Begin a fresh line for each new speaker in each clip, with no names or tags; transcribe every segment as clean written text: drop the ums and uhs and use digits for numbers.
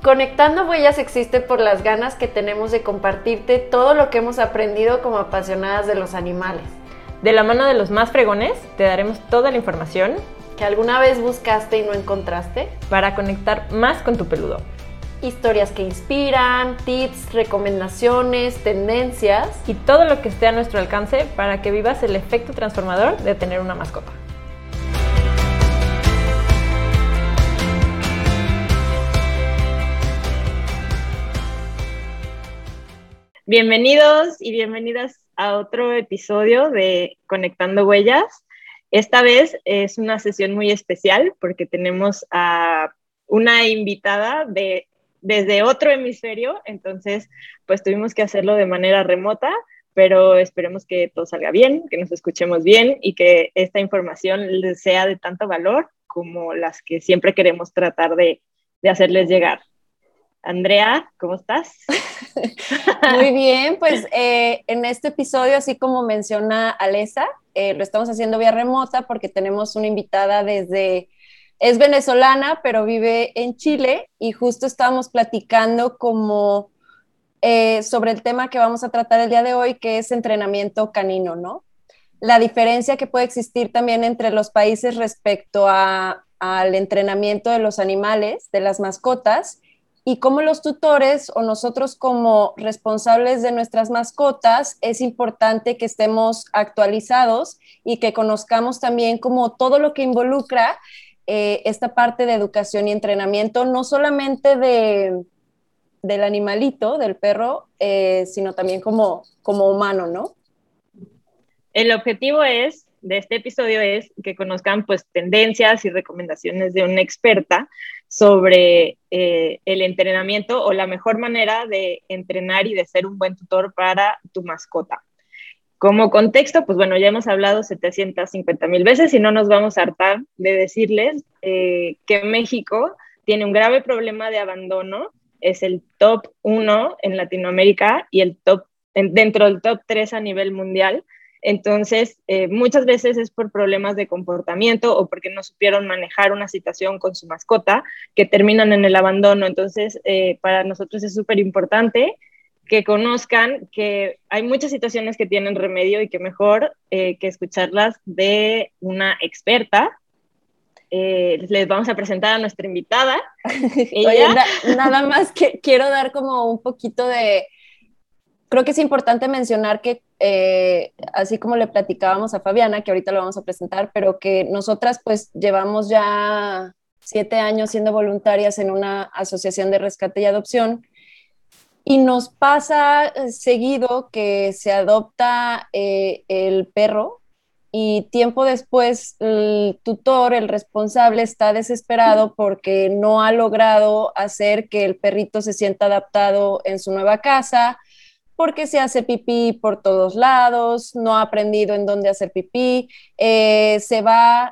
Conectando Huellas existe por las ganas que tenemos de compartirte todo lo que hemos aprendido como apasionadas de los animales.
De la mano de los más fregones, te daremos toda la información
que alguna vez buscaste y no encontraste
para conectar más con tu peludo.
Historias que inspiran, tips, recomendaciones, tendencias
y todo lo que esté a nuestro alcance para que vivas el efecto transformador de tener una mascota.
Bienvenidos y bienvenidas a otro episodio de Conectando Huellas. Esta vez es una sesión muy especial porque tenemos a una invitada desde otro hemisferio, entonces pues tuvimos que hacerlo de manera remota, pero esperemos que todo salga bien, que nos escuchemos bien y que esta información les sea de tanto valor como las que siempre queremos tratar de hacerles llegar. Andrea, ¿cómo estás?
Muy bien, pues en este episodio, así como menciona Alesa, lo estamos haciendo vía remota porque tenemos una invitada es venezolana, pero vive en Chile y justo estábamos platicando como sobre el tema que vamos a tratar el día de hoy, que es entrenamiento canino, ¿no? La diferencia que puede existir también entre los países respecto al entrenamiento de los animales, de las mascotas, y cómo los tutores o nosotros como responsables de nuestras mascotas es importante que estemos actualizados y que conozcamos también como todo lo que involucra esta parte de educación y entrenamiento, no solamente del animalito, del perro, sino también como humano, ¿no?
El objetivo de este episodio es que conozcan pues tendencias y recomendaciones de una experta sobre el entrenamiento o la mejor manera de entrenar y de ser un buen tutor para tu mascota. Como contexto, pues bueno, ya hemos hablado 750,000 veces y no nos vamos a hartar de decirles que México tiene un grave problema de abandono, es el top 1 en Latinoamérica y dentro del top 3 a nivel mundial. Entonces, muchas veces es por problemas de comportamiento o porque no supieron manejar una situación con su mascota que terminan en el abandono. Entonces, para nosotros es súper importante que conozcan que hay muchas situaciones que tienen remedio y que mejor que escucharlas de una experta. Les vamos a presentar a nuestra invitada.
Oye, nada más que quiero dar como un poquito de... Creo que es importante mencionar que, así como le platicábamos a Fabiana, que ahorita lo vamos a presentar, pero que nosotras pues llevamos ya 7 años siendo voluntarias en una asociación de rescate y adopción y nos pasa seguido que se adopta el perro y tiempo después el tutor, el responsable, está desesperado porque no ha logrado hacer que el perrito se sienta adaptado en su nueva casa, porque se hace pipí por todos lados, no ha aprendido en dónde hacer pipí, se va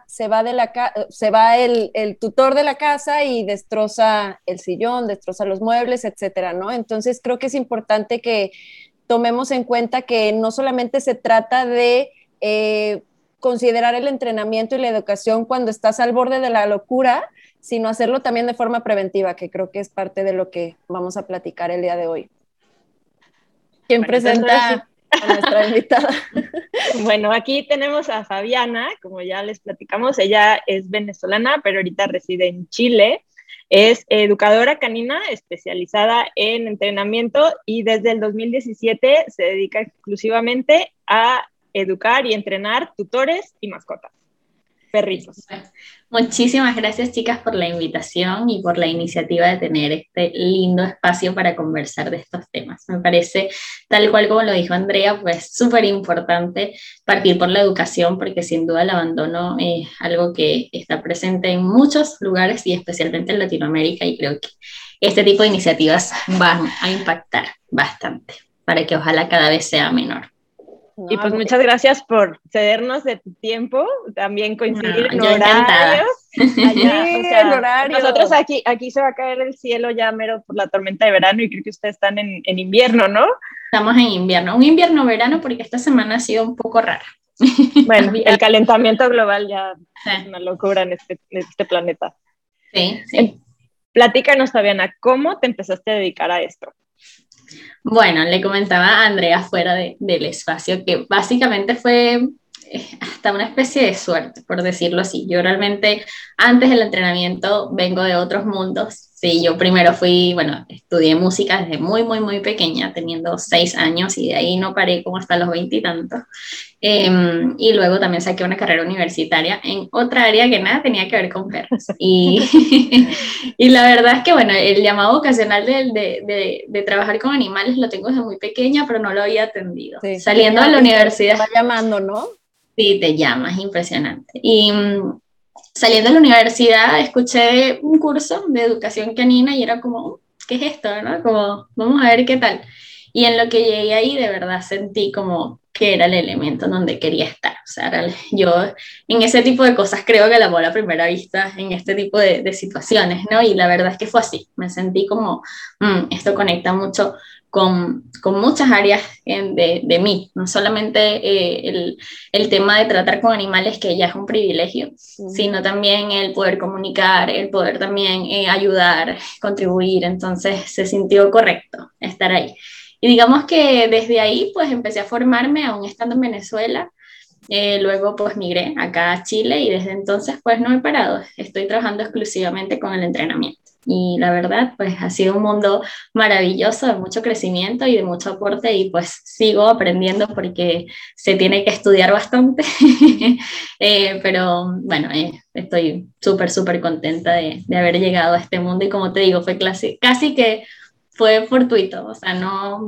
el tutor de la casa y destroza el sillón, destroza los muebles, etcétera, ¿no? Entonces creo que es importante que tomemos en cuenta que no solamente se trata de considerar el entrenamiento y la educación cuando estás al borde de la locura, sino hacerlo también de forma preventiva, que creo que es parte de lo que vamos a platicar el día de hoy. ¿Quién presenta a nuestra invitada?
Bueno, aquí tenemos a Fabiana, como ya les platicamos, ella es venezolana, pero ahorita reside en Chile. Es educadora canina especializada en entrenamiento y desde el 2017 se dedica exclusivamente a educar y entrenar tutores y mascotas, perritos.
Muchísimas gracias, chicas, por la invitación y por la iniciativa de tener este lindo espacio para conversar de estos temas. Me parece, tal cual como lo dijo Andrea, pues súper importante partir por la educación, porque sin duda el abandono es algo que está presente en muchos lugares y especialmente en Latinoamérica, y creo que este tipo de iniciativas van a impactar bastante para que ojalá cada vez sea menor.
Y pues muchas gracias por cedernos de tu tiempo, también coincidir en horarios.
Allá, sí, o sea, en horario.
Nosotros aquí se va a caer el cielo ya mero por la tormenta de verano y creo que ustedes están en invierno, ¿no?
Estamos en invierno, un invierno-verano porque esta semana ha sido un poco rara.
Bueno, el calentamiento global ya es una locura en este planeta.
Sí.
Platícanos, Fabiana, ¿cómo te empezaste a dedicar a esto?
Bueno, le comentaba a Andrea fuera del espacio que básicamente fue hasta una especie de suerte, por decirlo así. Yo realmente antes del entrenamiento vengo de otros mundos. Sí, yo primero fui, bueno, estudié música desde muy, muy, muy pequeña, teniendo 6 años, y de ahí no paré como hasta los 20 y tantos. Y luego también saqué una carrera universitaria en otra área que nada tenía que ver con perros. Y la verdad es que, bueno, el llamado ocasional de trabajar con animales lo tengo desde muy pequeña, pero no lo había atendido.
Sí,
Saliendo de la universidad.
te va llamando, ¿no?
Sí, te llamas, impresionante. Y saliendo de la universidad escuché un curso de educación canina y era como, ¿qué es esto? ¿No? Como, vamos a ver qué tal. Y en lo que llegué ahí, de verdad sentí como que era el elemento en donde quería estar. O sea, yo en ese tipo de cosas creo que el amor a primera vista en este tipo de situaciones, ¿no? Y la verdad es que fue así. Me sentí como, esto conecta mucho con muchas áreas de mí, no solamente el tema de tratar con animales, que ya es un privilegio, sino también el poder comunicar, el poder también ayudar, contribuir. Entonces se sintió correcto estar ahí. Y digamos que desde ahí pues empecé a formarme, aún estando en Venezuela. Luego pues migré acá a Chile y desde entonces pues no he parado, estoy trabajando exclusivamente con el entrenamiento. Y la verdad pues ha sido un mundo maravilloso, de mucho crecimiento y de mucho aporte, y pues sigo aprendiendo porque se tiene que estudiar bastante. Pero bueno, estoy súper, súper contenta de haber llegado a este mundo, y como te digo, fue casi que fue fortuito, o sea,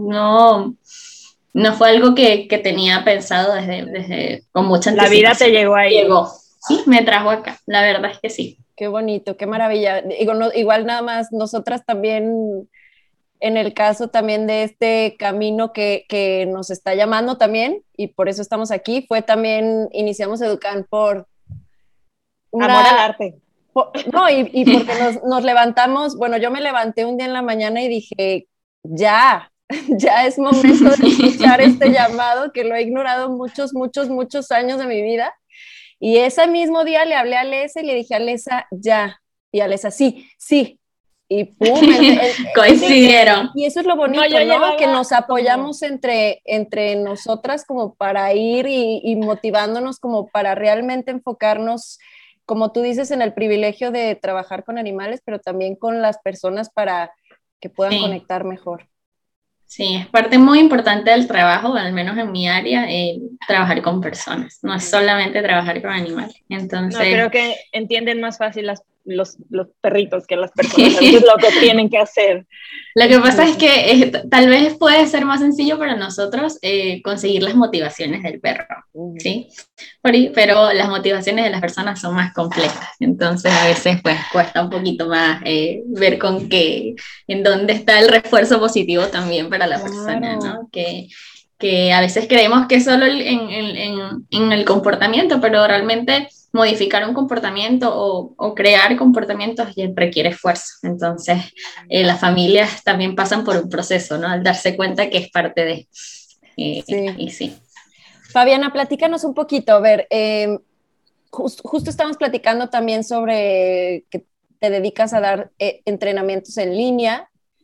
no fue algo que tenía pensado desde con mucha anticipación.
La vida te llegó ahí.
Llegó, sí, me trajo acá, la verdad es que sí.
Qué bonito, qué maravilla. Digo, igual nada más, nosotras también, en el caso también de este camino que nos está llamando también, y por eso estamos aquí, fue también, iniciamos Educan por
amor al arte.
No, y porque nos levantamos, bueno, yo me levanté un día en la mañana y dije, ya es momento de escuchar este llamado que lo he ignorado muchos, muchos, muchos años de mi vida. Y ese mismo día le hablé a Alesa y le dije, Alesa, ya. Y Alesa, sí. Y pum,
coincidieron.
Y eso es lo bonito, ¿no? Que nos apoyamos entre nosotras como para ir y motivándonos como para realmente enfocarnos, como tú dices, en el privilegio de trabajar con animales, pero también con las personas para que puedan conectar mejor.
Sí, es parte muy importante del trabajo, al menos en mi área, trabajar con personas, no es solamente trabajar con animales. Entonces,
no, creo que entienden más fácil los perritos que las personas, es lo que tienen que hacer.
Lo que pasa es que tal vez puede ser más sencillo para nosotros conseguir las motivaciones del perro, ¿sí? Pero las motivaciones de las personas son más complejas, entonces a veces pues cuesta un poquito más ver en dónde está el refuerzo positivo también para la persona, ¿no? Que a veces creemos que es solo en el comportamiento, pero realmente modificar un comportamiento o crear comportamientos requiere esfuerzo. Entonces, las familias también pasan por un proceso, ¿no? Al darse cuenta que es parte de...
sí.
Y sí.
Fabiana, platícanos un poquito, a ver, justo estamos platicando también sobre que te dedicas a dar entrenamientos en línea,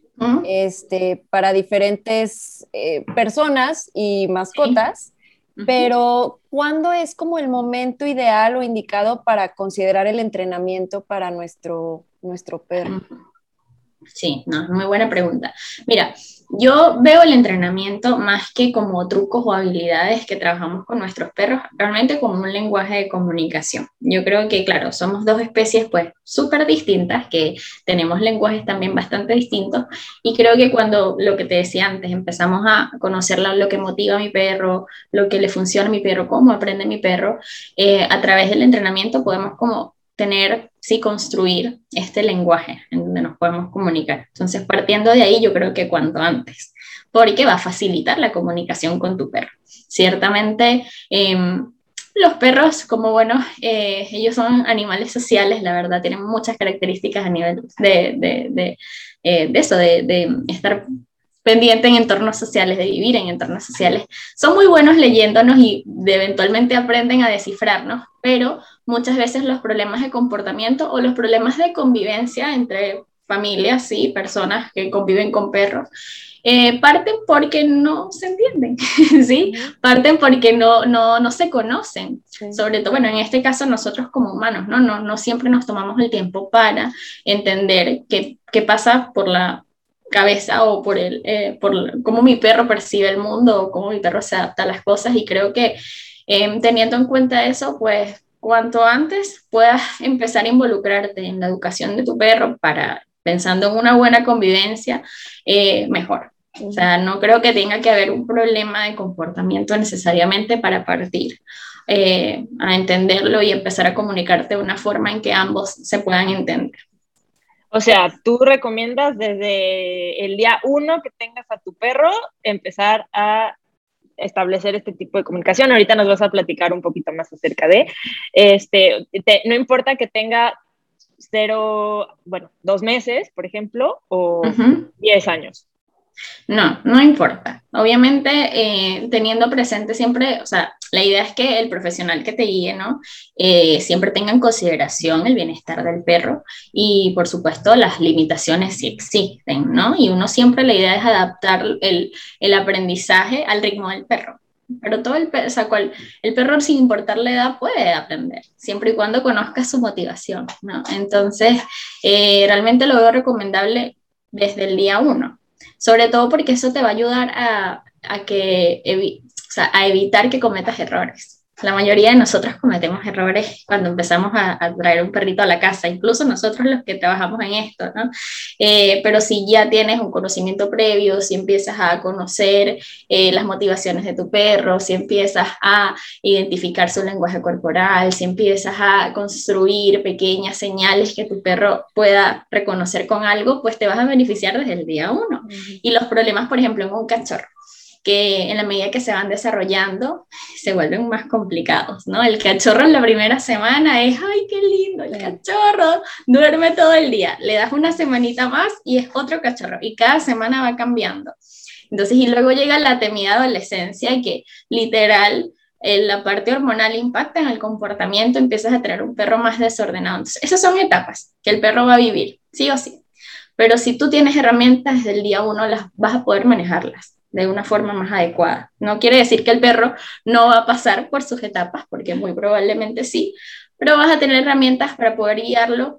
para diferentes personas y mascotas, pero ¿cuándo es como el momento ideal o indicado para considerar el entrenamiento para nuestro perro?
Sí, no, es muy buena pregunta. Mira, yo veo el entrenamiento más que como trucos o habilidades que trabajamos con nuestros perros, realmente como un lenguaje de comunicación. Yo creo que, claro, somos dos especies pues súper distintas, que tenemos lenguajes también bastante distintos, y creo que cuando, lo que te decía antes, empezamos a conocer lo que motiva a mi perro, lo que le funciona a mi perro, cómo aprende mi perro, a través del entrenamiento podemos como construir este lenguaje en donde nos podemos comunicar. Entonces, partiendo de ahí, yo creo que cuanto antes, porque va a facilitar la comunicación con tu perro. Ciertamente, los perros, como ellos son animales sociales, la verdad, tienen muchas características a nivel de estar pendiente en entornos sociales, de vivir en entornos sociales. Son muy buenos leyéndonos y eventualmente aprenden a descifrarnos, pero muchas veces los problemas de comportamiento o los problemas de convivencia entre familias, sí, personas que conviven con perros, parten porque no se entienden, ¿sí? Parten porque no se conocen. Sí. Sobre todo, bueno, en este caso nosotros como humanos, no siempre nos tomamos el tiempo para entender qué pasa por la cabeza o por cómo mi perro percibe el mundo o cómo mi perro se adapta a las cosas, y creo que teniendo en cuenta eso, pues cuanto antes puedas empezar a involucrarte en la educación de tu perro pensando en una buena convivencia, mejor. O sea, no creo que tenga que haber un problema de comportamiento necesariamente para partir a entenderlo y empezar a comunicarte de una forma en que ambos se puedan entender.
O sea, tú recomiendas desde el día 1 que tengas a tu perro empezar a establecer este tipo de comunicación. Ahorita nos vas a platicar un poquito más acerca de, no importa que tenga 2 meses, por ejemplo, o 10 años.
No importa. Obviamente, teniendo presente siempre, o sea, la idea es que el profesional que te guíe, ¿no? Siempre tenga en consideración el bienestar del perro y, por supuesto, las limitaciones si existen, ¿no? Y uno siempre, la idea es adaptar el aprendizaje al ritmo del perro. Pero todo el perro, sin importar la edad, puede aprender, siempre y cuando conozca su motivación, ¿no? Entonces, realmente lo veo recomendable desde el día 1. Sobre todo porque eso te va a ayudar a evitar que cometas errores. La mayoría de nosotros cometemos errores cuando empezamos a traer un perrito a la casa, incluso nosotros los que trabajamos en esto, ¿no? Pero si ya tienes un conocimiento previo, si empiezas a conocer las motivaciones de tu perro, si empiezas a identificar su lenguaje corporal, si empiezas a construir pequeñas señales que tu perro pueda reconocer con algo, pues te vas a beneficiar desde el día 1. Y los problemas, por ejemplo, en un cachorro, que en la medida que se van desarrollando se vuelven más complicados, ¿no? El cachorro en la primera semana es, ¡ay, qué lindo! El cachorro duerme todo el día. Le das una semanita más y es otro cachorro. Y cada semana va cambiando. Entonces, y luego llega la temida adolescencia, que literal la parte hormonal impacta en el comportamiento, empiezas a tener un perro más desordenado. Entonces, esas son etapas que el perro va a vivir, sí o sí. Pero si tú tienes herramientas desde el día 1, las vas a poder manejarlas de una forma más adecuada. No quiere decir que el perro no va a pasar por sus etapas, porque muy probablemente sí, pero vas a tener herramientas para poder guiarlo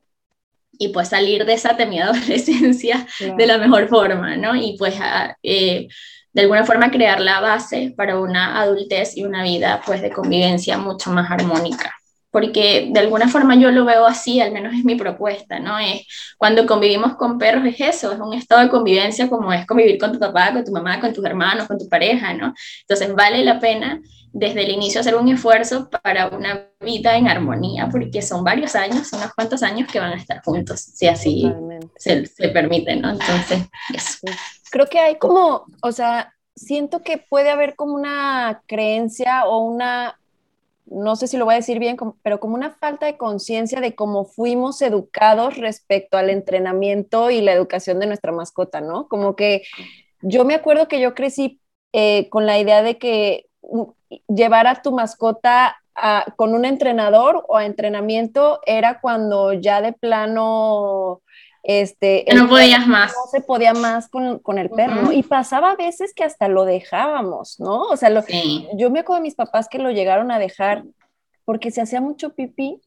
y pues salir de esa temida adolescencia de la mejor forma, ¿no? Y pues de alguna forma crear la base para una adultez y una vida pues de convivencia mucho más armónica. Porque de alguna forma yo lo veo así, al menos es mi propuesta, ¿no? Es cuando convivimos con perros es eso, es un estado de convivencia como es convivir con tu papá, con tu mamá, con tus hermanos, con tu pareja, ¿no? Entonces vale la pena desde el inicio hacer un esfuerzo para una vida en armonía, porque son varios años, unos cuantos años que van a estar juntos, si así se permite, ¿no? Entonces, eso.
Creo que hay como, o sea, siento que puede haber como una creencia o una, no sé si lo voy a decir bien, pero como una falta de conciencia de cómo fuimos educados respecto al entrenamiento y la educación de nuestra mascota, ¿no? Como que yo me acuerdo que yo crecí con la idea de que llevar a tu mascota con un entrenador o a entrenamiento era cuando ya de plano...
no podías más.
No se podía más con el perro, ¿no? Y pasaba a veces que hasta lo dejábamos, ¿no? O sea, yo me acuerdo de mis papás que lo llegaron a dejar porque se hacía mucho pipí,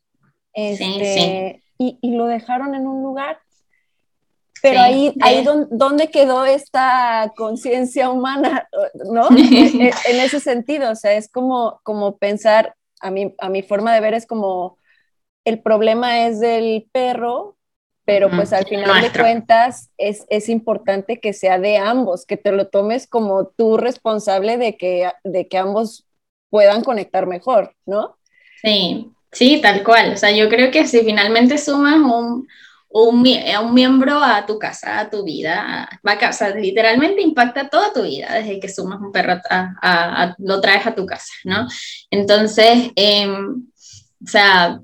y lo dejaron en un lugar. Pero ahí ¿dónde quedó esta conciencia humana, ¿no? en ese sentido, o sea, es como pensar, a mi forma de ver es como, el problema es del perro, pero pues al final de cuentas es importante que sea de ambos, que te lo tomes como tú responsable de que ambos puedan conectar mejor, ¿no?
Sí, tal cual. O sea, yo creo que si finalmente sumas un miembro a tu casa, a tu vida, o sea, literalmente impacta toda tu vida desde que sumas un perro, lo traes a tu casa, ¿no? Entonces, o sea,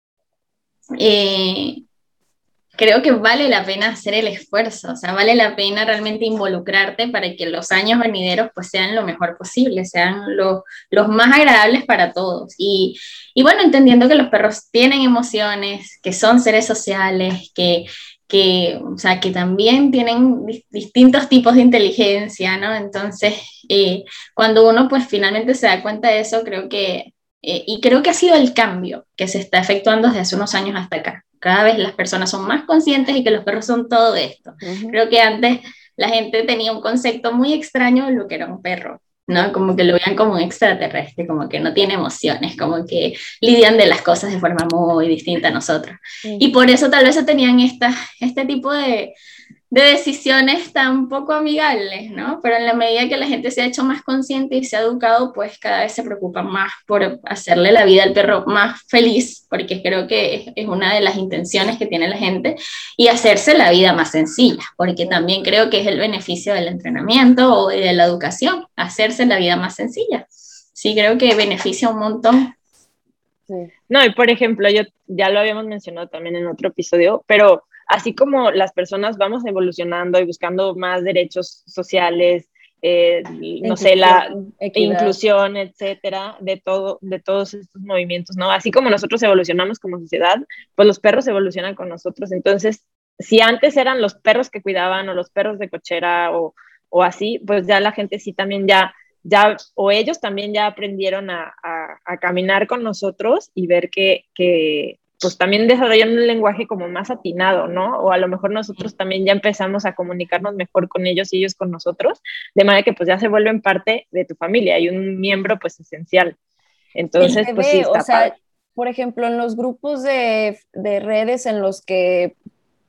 creo que vale la pena hacer el esfuerzo, o sea, vale la pena realmente involucrarte para que los años venideros pues sean lo mejor posible, sean los más agradables para todos. Y bueno, entendiendo que los perros tienen emociones, que son seres sociales, que o sea, que también tienen distintos tipos de inteligencia, ¿no? Entonces, cuando uno pues finalmente se da cuenta de eso, y creo que ha sido el cambio que se está efectuando desde hace unos años hasta acá. Cada vez las personas son más conscientes y que los perros son todo esto. Creo que antes la gente tenía un concepto muy extraño de lo que era un perro, ¿no? Como que lo veían como un extraterrestre, como que no tiene emociones, como que lidian de las cosas de forma muy distinta a nosotros. Y por eso tal vez se tenían este tipo de decisiones tan poco amigables, ¿no? Pero en la medida que la gente se ha hecho más consciente y se ha educado, pues cada vez se preocupa más por hacerle la vida al perro más feliz, porque creo que es una de las intenciones que tiene la gente, y hacerse la vida más sencilla, porque también creo que es el beneficio del entrenamiento o de la educación, hacerse la vida más sencilla. Sí, creo que beneficia un montón.
Sí. No, y por ejemplo, yo ya lo habíamos mencionado también en otro episodio, pero así como las personas vamos evolucionando y buscando más derechos sociales, no sé, la inclusión, etcétera, de todos estos movimientos, ¿no? Así como nosotros evolucionamos como sociedad, pues los perros evolucionan con nosotros. Entonces, si antes eran los perros que cuidaban o los perros de cochera o así, pues ya la gente sí también ya o ellos también ya aprendieron a caminar con nosotros y ver que pues también desarrollan un lenguaje como más atinado, ¿no? O a lo mejor nosotros también ya empezamos a comunicarnos mejor con ellos y ellos con nosotros, de manera que pues ya se vuelven parte de tu familia y un miembro pues esencial. Entonces, pues sí está padre.
Por ejemplo, en los grupos de redes en los que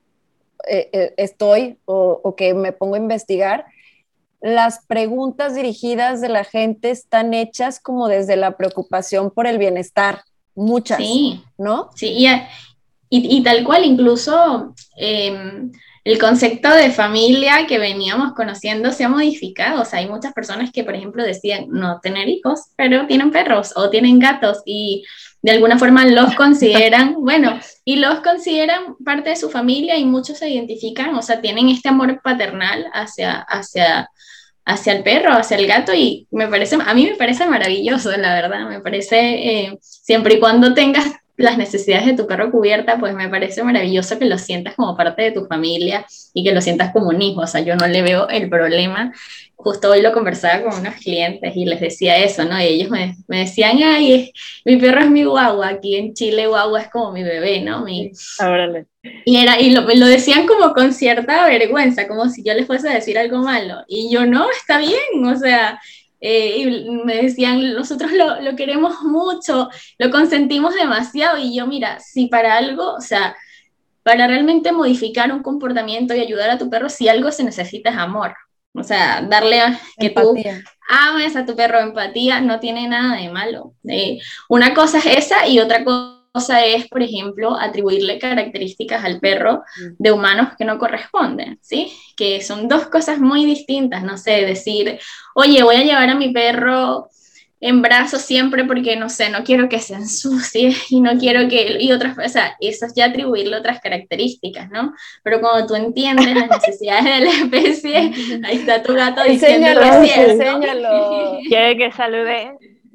estoy o que me pongo a investigar, las preguntas dirigidas de la gente están hechas como desde la preocupación por el bienestar, muchas,
sí,
¿no?
Sí, y tal cual, incluso el concepto de familia que veníamos conociendo se ha modificado. O sea, hay muchas personas que, por ejemplo, decían no tener hijos, pero tienen perros o tienen gatos y de alguna forma los consideran, bueno, y los consideran parte de su familia y muchos se identifican, o sea, tienen este amor paternal hacia el perro, hacia el gato, y a mí me parece maravilloso, la verdad, me parece, siempre y cuando tengas las necesidades de tu perro cubierta, pues me parece maravilloso que lo sientas como parte de tu familia y que lo sientas como un hijo. O sea, yo no le veo el problema. Justo hoy lo conversaba con unos clientes y les decía eso, ¿no? Y ellos me decían, ay, mi perro es mi guagua. Aquí en Chile guagua es como mi bebé, ¿no?
Órale.
Y lo decían como con cierta vergüenza, como si yo les fuese a decir algo malo. Y yo, no, está bien, o sea, y me decían, nosotros lo queremos mucho, lo consentimos demasiado. Y yo, mira, si para algo, o sea, para realmente modificar un comportamiento y ayudar a tu perro, si algo se necesita es amor. O sea, darle que empatía. Tú ames a tu perro, empatía, no tiene nada de malo. Una cosa es esa y otra cosa es, por ejemplo, atribuirle características al perro de humanos que no corresponden, ¿sí? Que son dos cosas muy distintas, no sé, decir, oye, voy a llevar a mi perro en brazos siempre porque, no sé, no quiero que se ensucie y no quiero y otras, o sea, eso es ya atribuirle otras características, ¿no? Pero cuando tú entiendes las necesidades de la especie, ahí está tu gato diciendo que sí,
enséñalo.
¿Quiere que salude?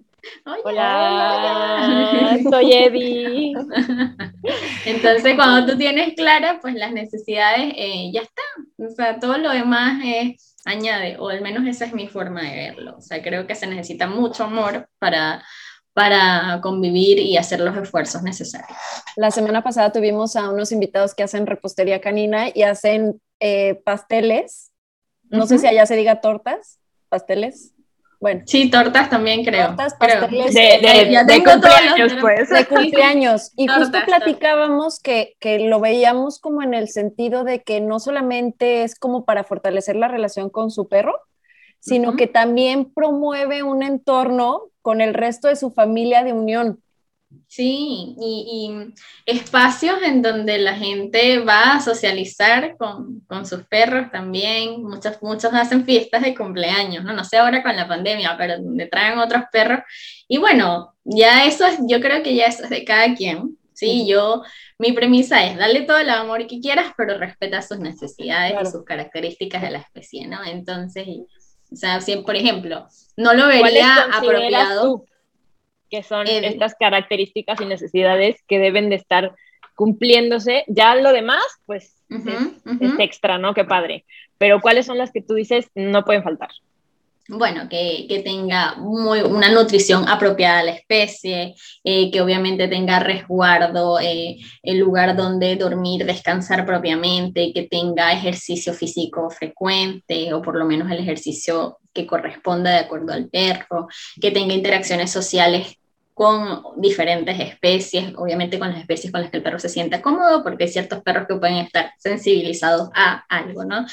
Hola, soy Eddie.
Entonces, cuando tú tienes claras, pues las necesidades ya están. O sea, todo lo demás añade, o al menos esa es mi forma de verlo. O sea, creo que se necesita mucho amor para convivir y hacer los esfuerzos necesarios.
La semana pasada tuvimos a unos invitados que hacen repostería canina y hacen pasteles. No sé si allá se diga tortas, pasteles. Bueno.
Sí, tortas también creo.
Tortas, pasteles.
De cumpleaños, pues.
De cumpleaños. Y justo platicábamos que lo veíamos como en el sentido de que no solamente es como para fortalecer la relación con su perro, sino que también promueve un entorno con el resto de su familia de unión.
Sí, y espacios en donde la gente va a socializar con sus perros también. Muchos hacen fiestas de cumpleaños, ¿no? No sé ahora con la pandemia, pero donde traen otros perros. Y bueno, ya eso yo creo que ya eso es de cada quien. Sí, mi premisa es darle todo el amor que quieras, pero respeta sus necesidades y sus características de la especie, ¿no? Entonces, o sea, si, por ejemplo, no lo vería apropiado.
Que son estas características y necesidades que deben de estar cumpliéndose. Ya lo demás, pues es
Ujú.
extra, ¿no? Qué padre. Pero ¿cuáles son las que tú dices no pueden faltar?
Bueno, que tenga una nutrición apropiada a la especie, que obviamente tenga resguardo, el lugar donde dormir, descansar propiamente, que tenga ejercicio físico frecuente o por lo menos el ejercicio que corresponda de acuerdo al perro, que tenga interacciones sociales con diferentes especies, obviamente con las especies con las que el perro se sienta cómodo, porque hay ciertos perros que pueden estar sensibilizados a algo, ¿no?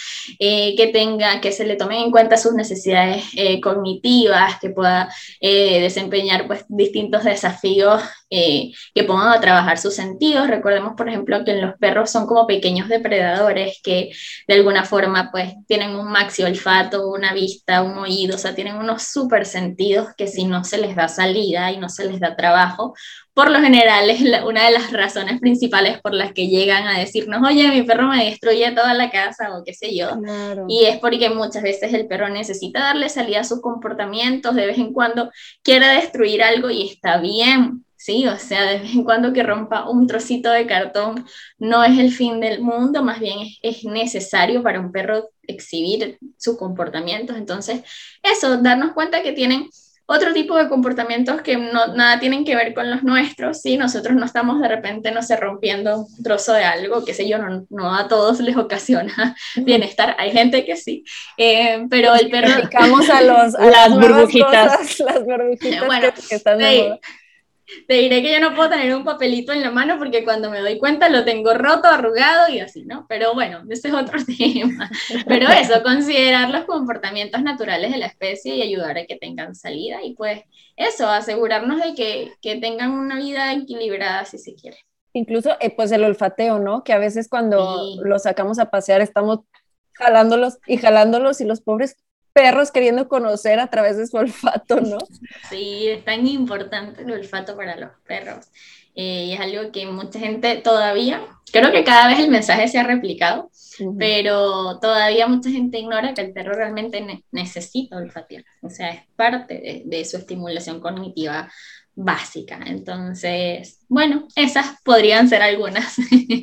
Que se le tomen en cuenta sus necesidades cognitivas, que pueda desempeñar pues distintos desafíos que pongan a trabajar sus sentidos. Recordemos, por ejemplo, que los perros son como pequeños depredadores que de alguna forma pues tienen un maxi olfato, una vista, un oído, o sea, tienen unos super sentidos que si no se les da salida y no se les da trabajo, por lo general es una de las razones principales por las que llegan a decirnos, oye, mi perro me destruye toda la casa o qué sé yo.
Claro.
Y es porque muchas veces el perro necesita darle salida a sus comportamientos, de vez en cuando quiere destruir algo y está bien, ¿sí? O sea, de vez en cuando que rompa un trocito de cartón no es el fin del mundo, más bien es necesario para un perro exhibir sus comportamientos. Entonces, eso, darnos cuenta que tienen otro tipo de comportamientos que nada tienen que ver con los nuestros, ¿sí? Nosotros no estamos de repente, no sé, rompiendo un trozo de algo, qué sé yo, no a todos les ocasiona bienestar, hay gente que sí, pero el perro...
Dedicamos a las
Las
nuevas
burbujitas.
cosas, las burbujitas
Bueno,
que están de moda.
te diré que yo no puedo tener un papelito en la mano porque cuando me doy cuenta lo tengo roto, arrugado y así, ¿no? Pero bueno, ese es otro tema. Pero eso, considerar los comportamientos naturales de la especie y ayudar a que tengan salida y pues eso, asegurarnos de que tengan una vida equilibrada si se quiere.
Incluso, pues el olfateo, ¿no? Que a veces cuando
Sí.
los sacamos a pasear estamos jalándolos y los pobres perros queriendo conocer a través de su olfato, ¿no?
Sí, es tan importante el olfato para los perros. Y es algo que mucha gente todavía, creo que cada vez el mensaje se ha replicado, pero todavía mucha gente ignora que el perro realmente necesita olfatear. O sea, es parte de su estimulación cognitiva básica. Entonces, bueno, esas podrían ser algunas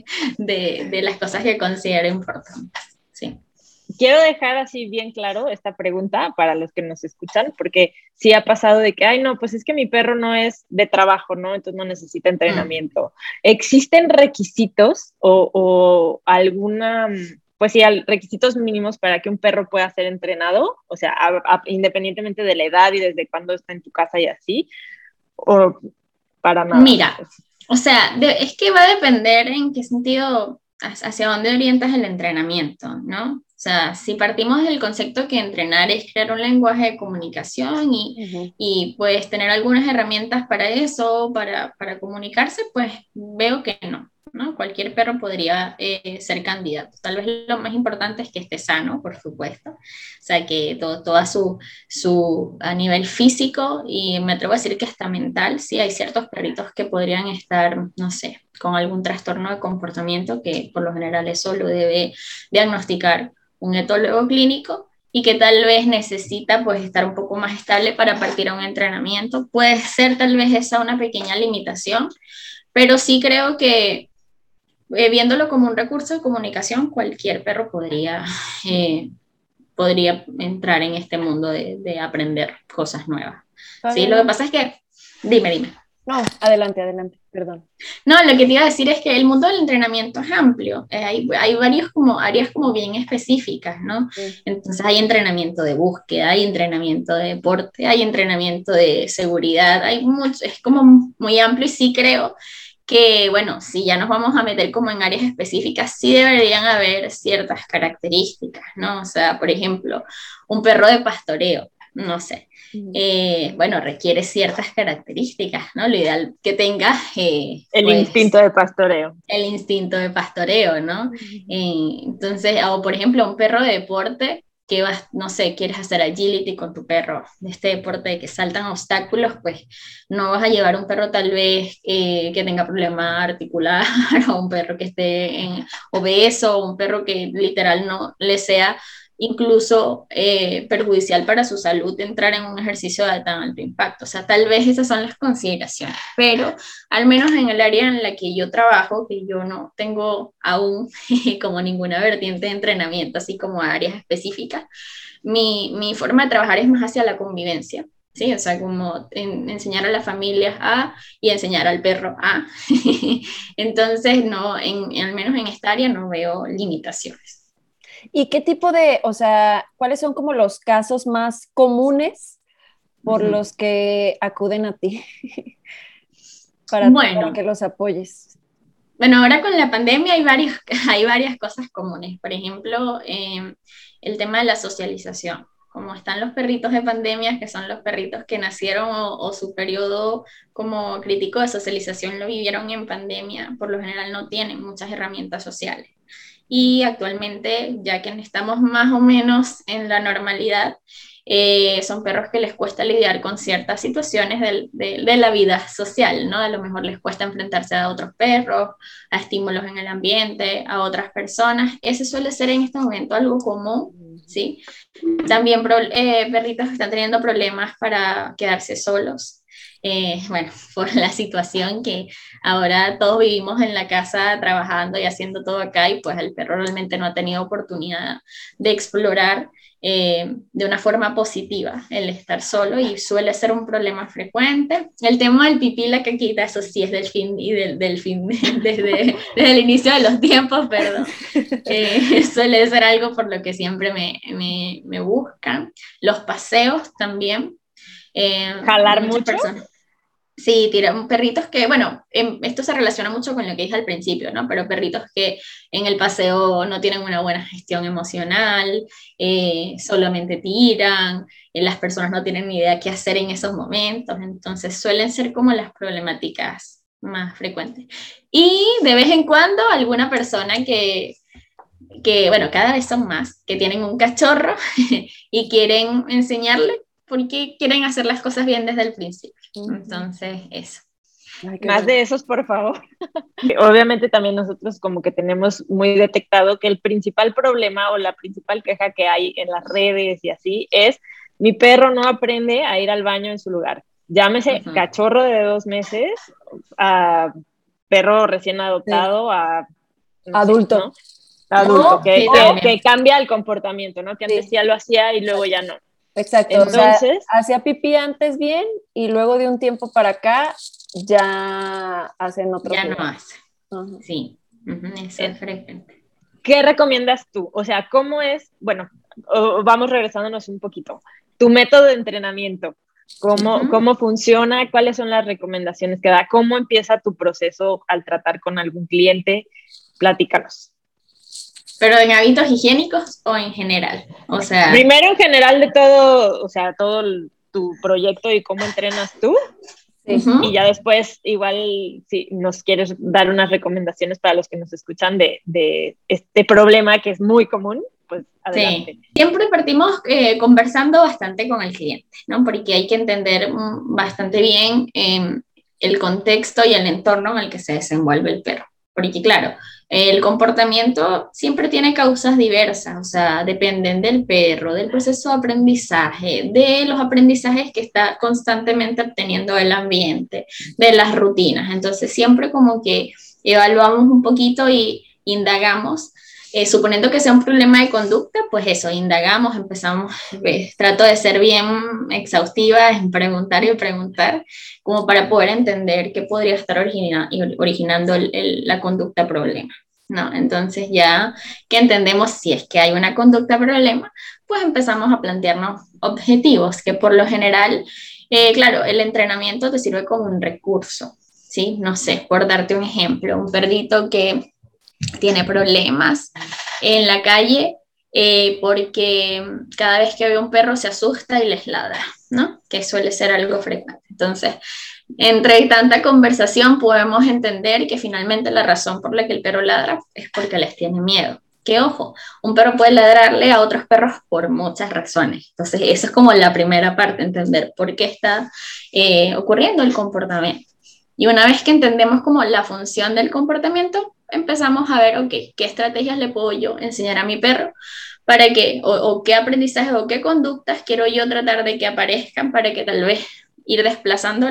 de las cosas que considero importantes. Sí.
Quiero dejar así bien claro esta pregunta para los que nos escuchan, porque sí ha pasado de que, ay, no, pues es que mi perro no es de trabajo, ¿no? Entonces no necesita entrenamiento. ¿Existen requisitos o alguna, pues sí, requisitos mínimos para que un perro pueda ser entrenado? O sea, independientemente de la edad y desde cuándo está en tu casa y así, o para nada.
Mira, o sea, es que va a depender en qué sentido, hacia dónde orientas el entrenamiento, ¿no? O sea, si partimos del concepto que entrenar es crear un lenguaje de comunicación y puedes tener algunas herramientas para eso, para comunicarse, pues veo que no, ¿no? Cualquier perro podría ser candidato. Tal vez lo más importante es que esté sano, por supuesto. O sea, que toda a nivel físico y me atrevo a decir que hasta mental, sí, hay ciertos perritos que podrían estar, no sé, con algún trastorno de comportamiento que por lo general eso lo debe diagnosticar un etólogo clínico y que tal vez necesita pues estar un poco más estable para partir a un entrenamiento. Puede ser tal vez esa una pequeña limitación, pero sí creo que viéndolo como un recurso de comunicación, cualquier perro podría entrar en este mundo de aprender cosas nuevas. Sí, lo que pasa es que, dime.
No, adelante, perdón.
No, lo que te iba a decir es que el mundo del entrenamiento es amplio. Hay varios como áreas como bien específicas, ¿no?
Sí.
Entonces hay entrenamiento de búsqueda, hay entrenamiento de deporte, hay entrenamiento de seguridad, hay mucho, es como muy amplio y sí creo que, bueno, si ya nos vamos a meter como en áreas específicas, sí deberían haber ciertas características, ¿no? O sea, por ejemplo, un perro de pastoreo, no sé. Bueno, requiere ciertas características, ¿no? Lo ideal que tenga
el
pues,
instinto de pastoreo.
El instinto de pastoreo, ¿no? Entonces, o por ejemplo, un perro de deporte que vas, no sé, quieres hacer agility con tu perro, de este deporte de que saltan obstáculos, pues no vas a llevar un perro tal vez que tenga problema articular, o un perro que esté obeso, o un perro que literal no le sea incluso perjudicial para su salud entrar en un ejercicio de tan alto impacto. O sea, tal vez esas son las consideraciones, pero al menos en el área en la que yo trabajo, que yo no tengo aún como ninguna vertiente de entrenamiento, así como áreas específicas, mi forma de trabajar es más hacia la convivencia. Sí, o sea, como enseñar a las familias a y enseñar al perro a. Entonces, no, al menos en esta área no veo limitaciones.
¿Y qué tipo de, o sea, cuáles son como los casos más comunes por los que acuden a ti para que los apoyes?
Bueno, ahora con la pandemia hay varias cosas comunes. Por ejemplo, el tema de la socialización. Como están los perritos de pandemia, que son los perritos que nacieron o su periodo como crítico de socialización lo vivieron en pandemia, por lo general no tienen muchas herramientas sociales. Y actualmente, ya que estamos más o menos en la normalidad, son perros que les cuesta lidiar con ciertas situaciones de la vida social, ¿no? A lo mejor les cuesta enfrentarse a otros perros, a estímulos en el ambiente, a otras personas. Ese suele ser en este momento algo común, ¿sí? También perritos que están teniendo problemas para quedarse solos. Bueno, por la situación que ahora todos vivimos en la casa trabajando y haciendo todo acá, y pues el perro realmente no ha tenido oportunidad de explorar de una forma positiva el estar solo, y suele ser un problema frecuente. El tema del pipí y la caquita, eso sí es del fin y del fin desde el inicio de los tiempos, perdón. Suele ser algo por lo que siempre me buscan. Los paseos también.
¿Jalar mucho?
Personas. Sí, perritos que, bueno, esto se relaciona mucho con lo que dije al principio, ¿no? Pero perritos que en el paseo no tienen una buena gestión emocional, solamente tiran, las personas no tienen ni idea qué hacer en esos momentos, entonces suelen ser como las problemáticas más frecuentes. Y de vez en cuando alguna persona bueno, cada vez son más, que tienen un cachorro y quieren enseñarle porque quieren hacer las cosas bien desde el principio. Entonces, eso.
Ay, más bueno de esos, por favor. Obviamente también nosotros como que tenemos muy detectado que el principal problema o la principal queja que hay en las redes y así es: mi perro no aprende a ir al baño en su lugar. Llámese cachorro de 2 meses, a perro recién adoptado, a
adulto.
¿no? Adulto, que cambia el comportamiento, ¿no? Que antes ya lo hacía y luego ya no.
Exacto, entonces, o sea, hacía pipí antes bien y luego de un tiempo para acá ya hacen otro.
Ya no hace. Sí, eso es frecuente.
¿Qué recomiendas tú? O sea, ¿cómo es? Bueno, vamos regresándonos un poquito. Tu método de entrenamiento, ¿cómo funciona? ¿Cuáles son las recomendaciones que da? ¿Cómo empieza tu proceso al tratar con algún cliente? Platícanos.
¿Pero en hábitos higiénicos o en general? O sea...
Primero en general de todo, o sea, todo tu proyecto y cómo entrenas tú. Sí. Y ya después, igual, si nos quieres dar unas recomendaciones para los que nos escuchan de este problema que es muy común, pues adelante.
Sí. Siempre partimos conversando bastante con el cliente, ¿no? Porque hay que entender bastante bien el contexto y el entorno en el que se desenvuelve el perro. Porque claro, el comportamiento siempre tiene causas diversas, o sea, dependen del perro, del proceso de aprendizaje, de los aprendizajes que está constantemente obteniendo el ambiente, de las rutinas. Entonces, siempre como que evaluamos un poquito y indagamos. Suponiendo que sea un problema de conducta, pues eso, indagamos, empezamos, trato de ser bien exhaustiva en preguntar y preguntar, como para poder entender qué podría estar originando la conducta problema, ¿no? Entonces ya que entendemos si es que hay una conducta problema, pues empezamos a plantearnos objetivos, que por lo general, claro, el entrenamiento te sirve como un recurso, ¿sí? No sé, por darte un ejemplo, un perrito que tiene problemas en la calle porque cada vez que ve un perro se asusta y les ladra, ¿no? Que suele ser algo frecuente. Entonces, entre tanta conversación podemos entender que finalmente la razón por la que el perro ladra es porque les tiene miedo. Que ojo, un perro puede ladrarle a otros perros por muchas razones. Entonces, eso es como la primera parte, entender por qué está ocurriendo el comportamiento. Y una vez que entendemos como la función del comportamiento, empezamos a ver, ok, ¿qué estrategias le puedo yo enseñar a mi perro para que, o qué aprendizajes o qué conductas quiero yo tratar de que aparezcan para que tal vez ir desplazando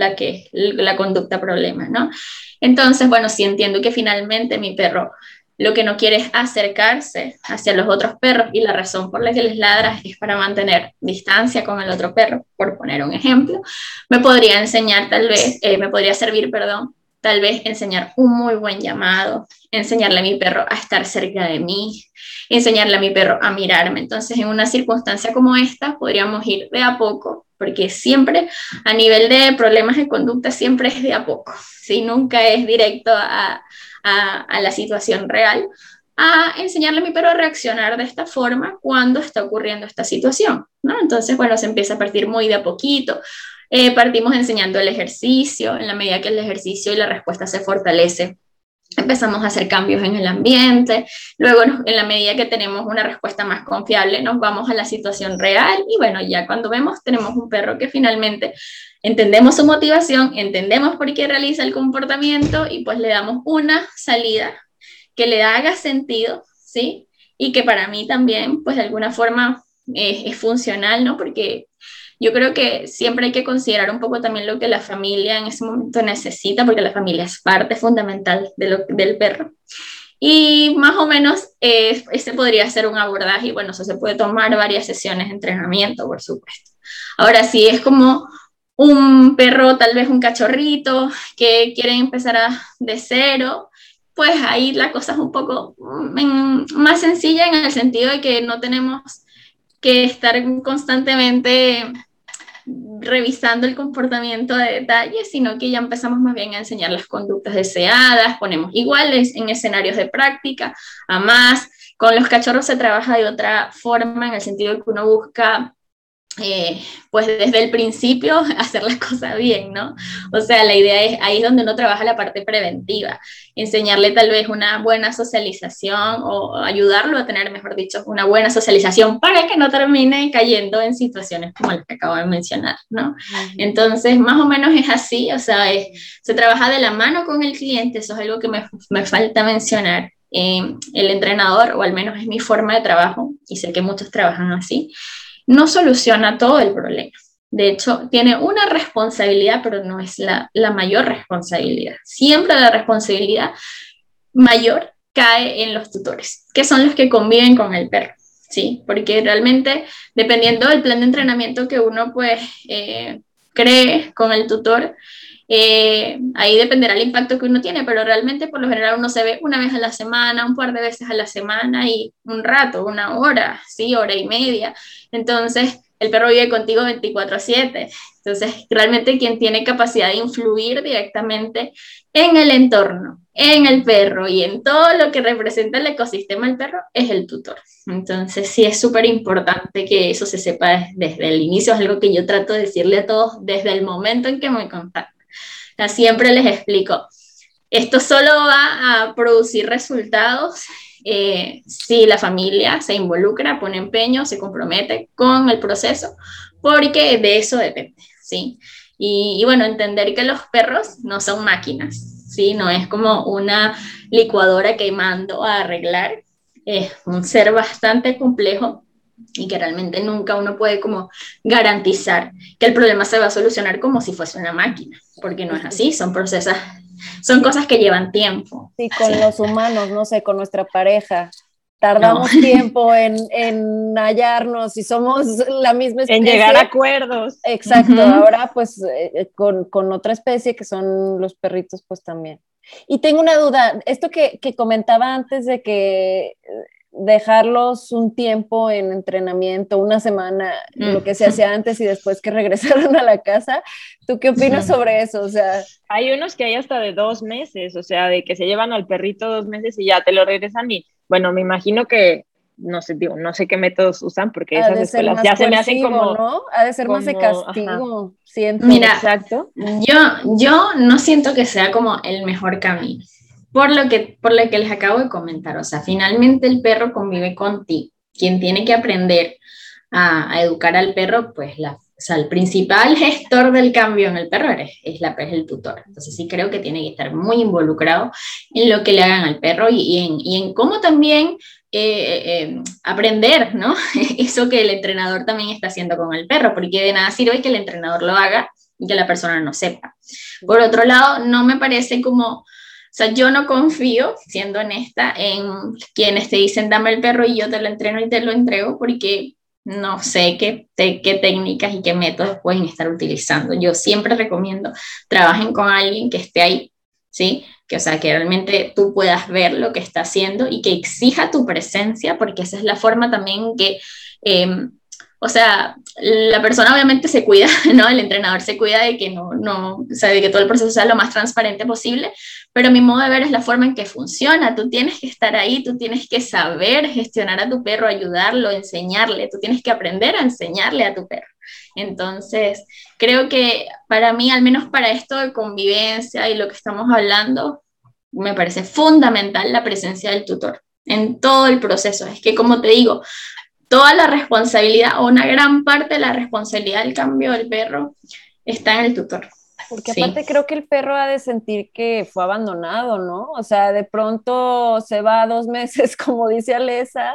la conducta problema, ¿no? Entonces, bueno, si entiendo que finalmente mi perro lo que no quiere es acercarse hacia los otros perros y la razón por la que les ladras es para mantener distancia con el otro perro, por poner un ejemplo, me podría enseñar tal vez, me podría servir, perdón, tal vez enseñar un muy buen llamado, enseñarle a mi perro a estar cerca de mí, enseñarle a mi perro a mirarme. Entonces, en una circunstancia como esta, podríamos ir de a poco, porque siempre a nivel de problemas de conducta, siempre es de a poco, ¿sí? Nunca es directo a la situación real, a enseñarle a mi perro a reaccionar de esta forma cuando está ocurriendo esta situación, ¿no? Entonces, bueno, se empieza a partir muy de a poquito. Partimos enseñando el ejercicio, en la medida que el ejercicio y la respuesta se fortalece, empezamos a hacer cambios en el ambiente, luego en la medida que tenemos una respuesta más confiable, nos vamos a la situación real y bueno, ya cuando vemos, tenemos un perro que finalmente entendemos su motivación, entendemos por qué realiza el comportamiento y pues le damos una salida que le haga sentido, ¿sí? Y que para mí también, pues de alguna forma es funcional, ¿no? Porque yo creo que siempre hay que considerar un poco también lo que la familia en ese momento necesita, porque la familia es parte fundamental del perro. Y más o menos ese podría ser un abordaje, y bueno, eso se puede tomar varias sesiones de entrenamiento, por supuesto. Ahora, si es como un perro, tal vez un cachorrito, que quiere empezar de cero, pues ahí la cosa es un poco más sencilla en el sentido de que no tenemos que estar constantemente revisando el comportamiento de detalle, sino que ya empezamos más bien a enseñar las conductas deseadas, ponemos iguales en escenarios de práctica, a más, con los cachorros se trabaja de otra forma, en el sentido de que uno busca pues desde el principio hacer las cosas bien, ¿no? O sea, la idea es, ahí es donde uno trabaja la parte preventiva, enseñarle tal vez una buena socialización o ayudarlo a tener, mejor dicho, una buena socialización para que no termine cayendo en situaciones como las que acabo de mencionar, ¿no? Entonces, más o menos es así, o sea, se trabaja de la mano con el cliente, eso es algo que me falta mencionar. El entrenador, o al menos es mi forma de trabajo, y sé que muchos trabajan así, no soluciona todo el problema. De hecho, tiene una responsabilidad, pero no es la mayor responsabilidad. Siempre la responsabilidad mayor cae en los tutores, que son los que conviven con el perro, ¿sí? Porque realmente, dependiendo del plan de entrenamiento que uno pues cree con el tutor, ahí dependerá el impacto que uno tiene, pero realmente por lo general uno se ve una vez a la semana, un par de veces a la semana y un rato, una hora, ¿sí? Hora y media. Entonces, el perro vive contigo 24/7. Entonces, realmente quien tiene capacidad de influir directamente en el entorno, en el perro y en todo lo que representa el ecosistema del perro es el tutor. Entonces, sí es súper importante que eso se sepa desde el inicio. Es algo que yo trato de decirle a todos desde el momento en que me contactan. Siempre les explico, esto solo va a producir resultados si la familia se involucra, pone empeño, se compromete con el proceso, porque de eso depende, ¿sí? Y bueno, entender que los perros no son máquinas, ¿sí? No es como una licuadora que mando a arreglar, es un ser bastante complejo y que realmente nunca uno puede como garantizar que el problema se va a solucionar como si fuese una máquina, porque no es así, son procesos, son cosas que llevan tiempo.
Sí, con los humanos, no sé, con nuestra pareja. Tardamos tiempo en hallarnos y somos la misma especie.
En llegar a acuerdos.
Exacto, ahora pues con otra especie que son los perritos pues también. Y tengo una duda, esto que comentaba antes de que dejarlos un tiempo en entrenamiento, una semana, lo que se hacía antes y después que regresaron a la casa, ¿tú qué opinas sobre eso? O sea,
hay unos que hay hasta de 2 meses, o sea, de que se llevan al perrito 2 meses y ya te lo regresan y, bueno, me imagino que, no sé, digo, no sé qué métodos usan porque esas escuelas ya se me hacen como,
¿no? Ha de ser más de castigo, siento.
Mira,
exacto.
Yo no siento que sea como el mejor camino. Por lo que les acabo de comentar, o sea, finalmente el perro convive contigo. Quien tiene que aprender a educar al perro, pues o sea, el principal gestor del cambio en el perro es el tutor. Entonces sí creo que tiene que estar muy involucrado en lo que le hagan al perro y en cómo también aprender, ¿no? Eso que el entrenador también está haciendo con el perro, porque de nada sirve que el entrenador lo haga y que la persona no sepa. Por otro lado, no me parece como, o sea, yo no confío, siendo honesta, en quienes te dicen dame el perro y yo te lo entreno y te lo entrego, porque no sé qué técnicas y qué métodos pueden estar utilizando. Yo siempre recomiendo trabajen con alguien que esté ahí, ¿sí? Que, o sea, que realmente tú puedas ver lo que está haciendo y que exija tu presencia, porque esa es la forma también que, o sea, la persona obviamente se cuida, ¿no? El entrenador se cuida de que o sea, de que todo el proceso sea lo más transparente posible, pero mi modo de ver es la forma en que funciona. Tú tienes que estar ahí, tú tienes que saber gestionar a tu perro, ayudarlo, enseñarle, tú tienes que aprender a enseñarle a tu perro. Entonces, creo que para mí, al menos para esto de convivencia y lo que estamos hablando, me parece fundamental la presencia del tutor en todo el proceso. Es que, como te digo, toda la responsabilidad o una gran parte de la responsabilidad del cambio del perro está en el tutor.
Porque aparte creo que el perro ha de sentir que fue abandonado, ¿no? O sea, de pronto se va 2 meses, como dice Alesa.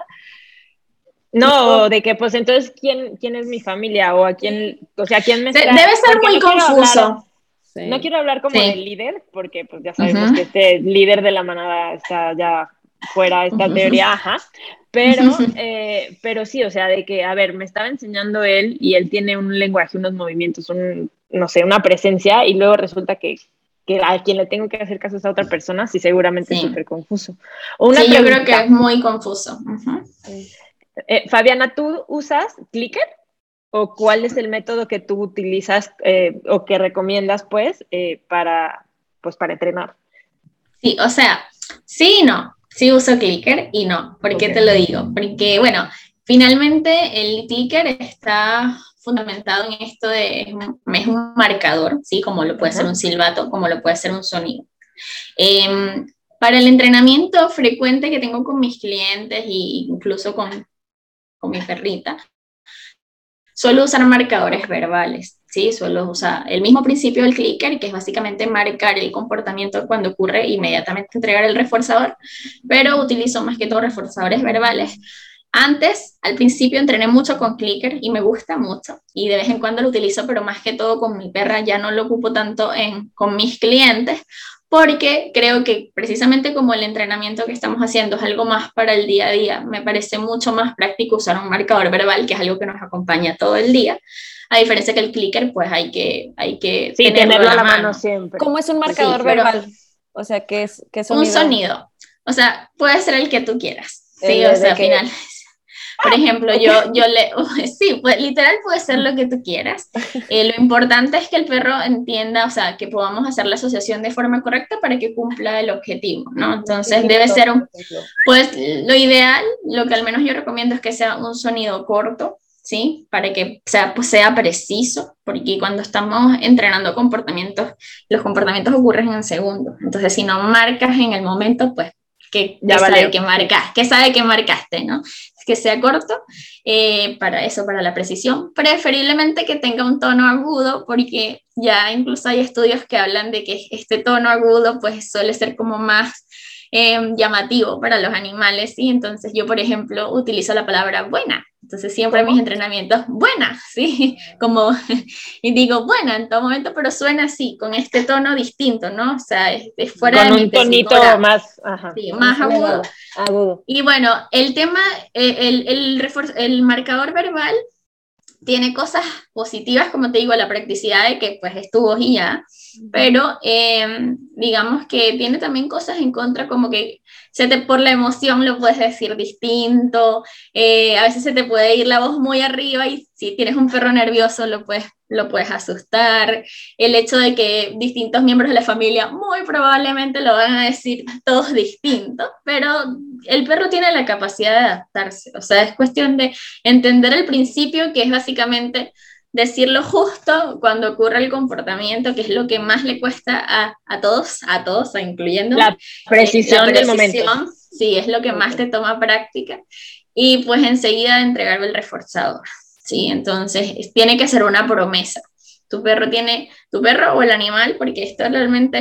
No, de que pues entonces, ¿quién es mi familia? O a quién, o sea, ¿quién me está?
Debe ser muy confuso.
No quiero hablar como del líder, porque pues ya sabemos que este líder de la manada está ya fuera de esta teoría, ajá. Pero sí, o sea, de que, a ver, me estaba enseñando él y él tiene un lenguaje, unos movimientos, no sé, una presencia, y luego resulta que a quien le tengo que hacer caso es a otra persona, sí, seguramente es súper confuso.
Yo creo que es muy confuso.
Fabiana, ¿tú usas Clicker? ¿O cuál es el método que tú utilizas o que recomiendas, pues, para entrenar?
Sí, o sea, sí y no. Sí uso Clicker y no. ¿Por qué te lo digo? Porque, bueno, finalmente el Clicker está fundamentado en esto es un marcador, ¿sí? Como lo puede ser un silbato, como lo puede ser un sonido. Para el entrenamiento frecuente que tengo con mis clientes e incluso con mi perrita, suelo usar marcadores verbales, ¿sí? Suelo usar el mismo principio del clicker, que es básicamente marcar el comportamiento cuando ocurre, inmediatamente entregar el reforzador, pero utilizo más que todo reforzadores verbales. Antes, al principio, entrené mucho con clicker y me gusta mucho, y de vez en cuando lo utilizo, pero más que todo con mi perra, ya no lo ocupo tanto con mis clientes, porque creo que precisamente como el entrenamiento que estamos haciendo es algo más para el día a día, me parece mucho más práctico usar un marcador verbal, que es algo que nos acompaña todo el día, a diferencia que el clicker, pues hay que
sí, tenerlo a la mano siempre.
¿Cómo es un marcador verbal? O sea, ¿qué sonido?
Un sonido. O sea, puede ser el que tú quieras. Sí, o sea, al final. Por ejemplo, sí, pues, literal puede ser lo que tú quieras. Lo importante es que el perro entienda, o sea, que podamos hacer la asociación de forma correcta para que cumpla el objetivo, ¿no? Entonces debe ser pues lo ideal, lo que al menos yo recomiendo es que sea un sonido corto, ¿sí? Para que sea preciso, porque cuando estamos entrenando comportamientos, los comportamientos ocurren en segundos. Entonces, si no marcas en el momento, pues, que sabe que marcaste, ¿no? Que sea corto, para la precisión, preferiblemente que tenga un tono agudo, porque ya incluso hay estudios que hablan de que este tono agudo pues suele ser como más llamativo para los animales, y entonces yo, por ejemplo, utilizo la palabra buena. Entonces siempre en mis entrenamientos, buena, ¿sí? Como, y digo buena en todo momento, pero suena así, con este tono distinto, ¿no? O sea, es fuera
con
de mi
tonito más,
sí, más agudo. Y bueno, el tema, el marcador verbal tiene cosas positivas, como te digo, la practicidad de que pues es tu voz y ya, pero digamos que tiene también cosas en contra, como que por la emoción lo puedes decir distinto, a veces se te puede ir la voz muy arriba y si tienes un perro nervioso lo puedes asustar, el hecho de que distintos miembros de la familia muy probablemente lo van a decir todos distintos, pero el perro tiene la capacidad de adaptarse, o sea, es cuestión de entender el principio, que es básicamente decir lo justo cuando ocurre el comportamiento, que es lo que más le cuesta a todos, incluyendo
la precisión del momento.
Sí, es lo que más te toma práctica, y pues enseguida entregar el reforzador. Sí, entonces tiene que ser una promesa. tu perro o el animal, porque esto realmente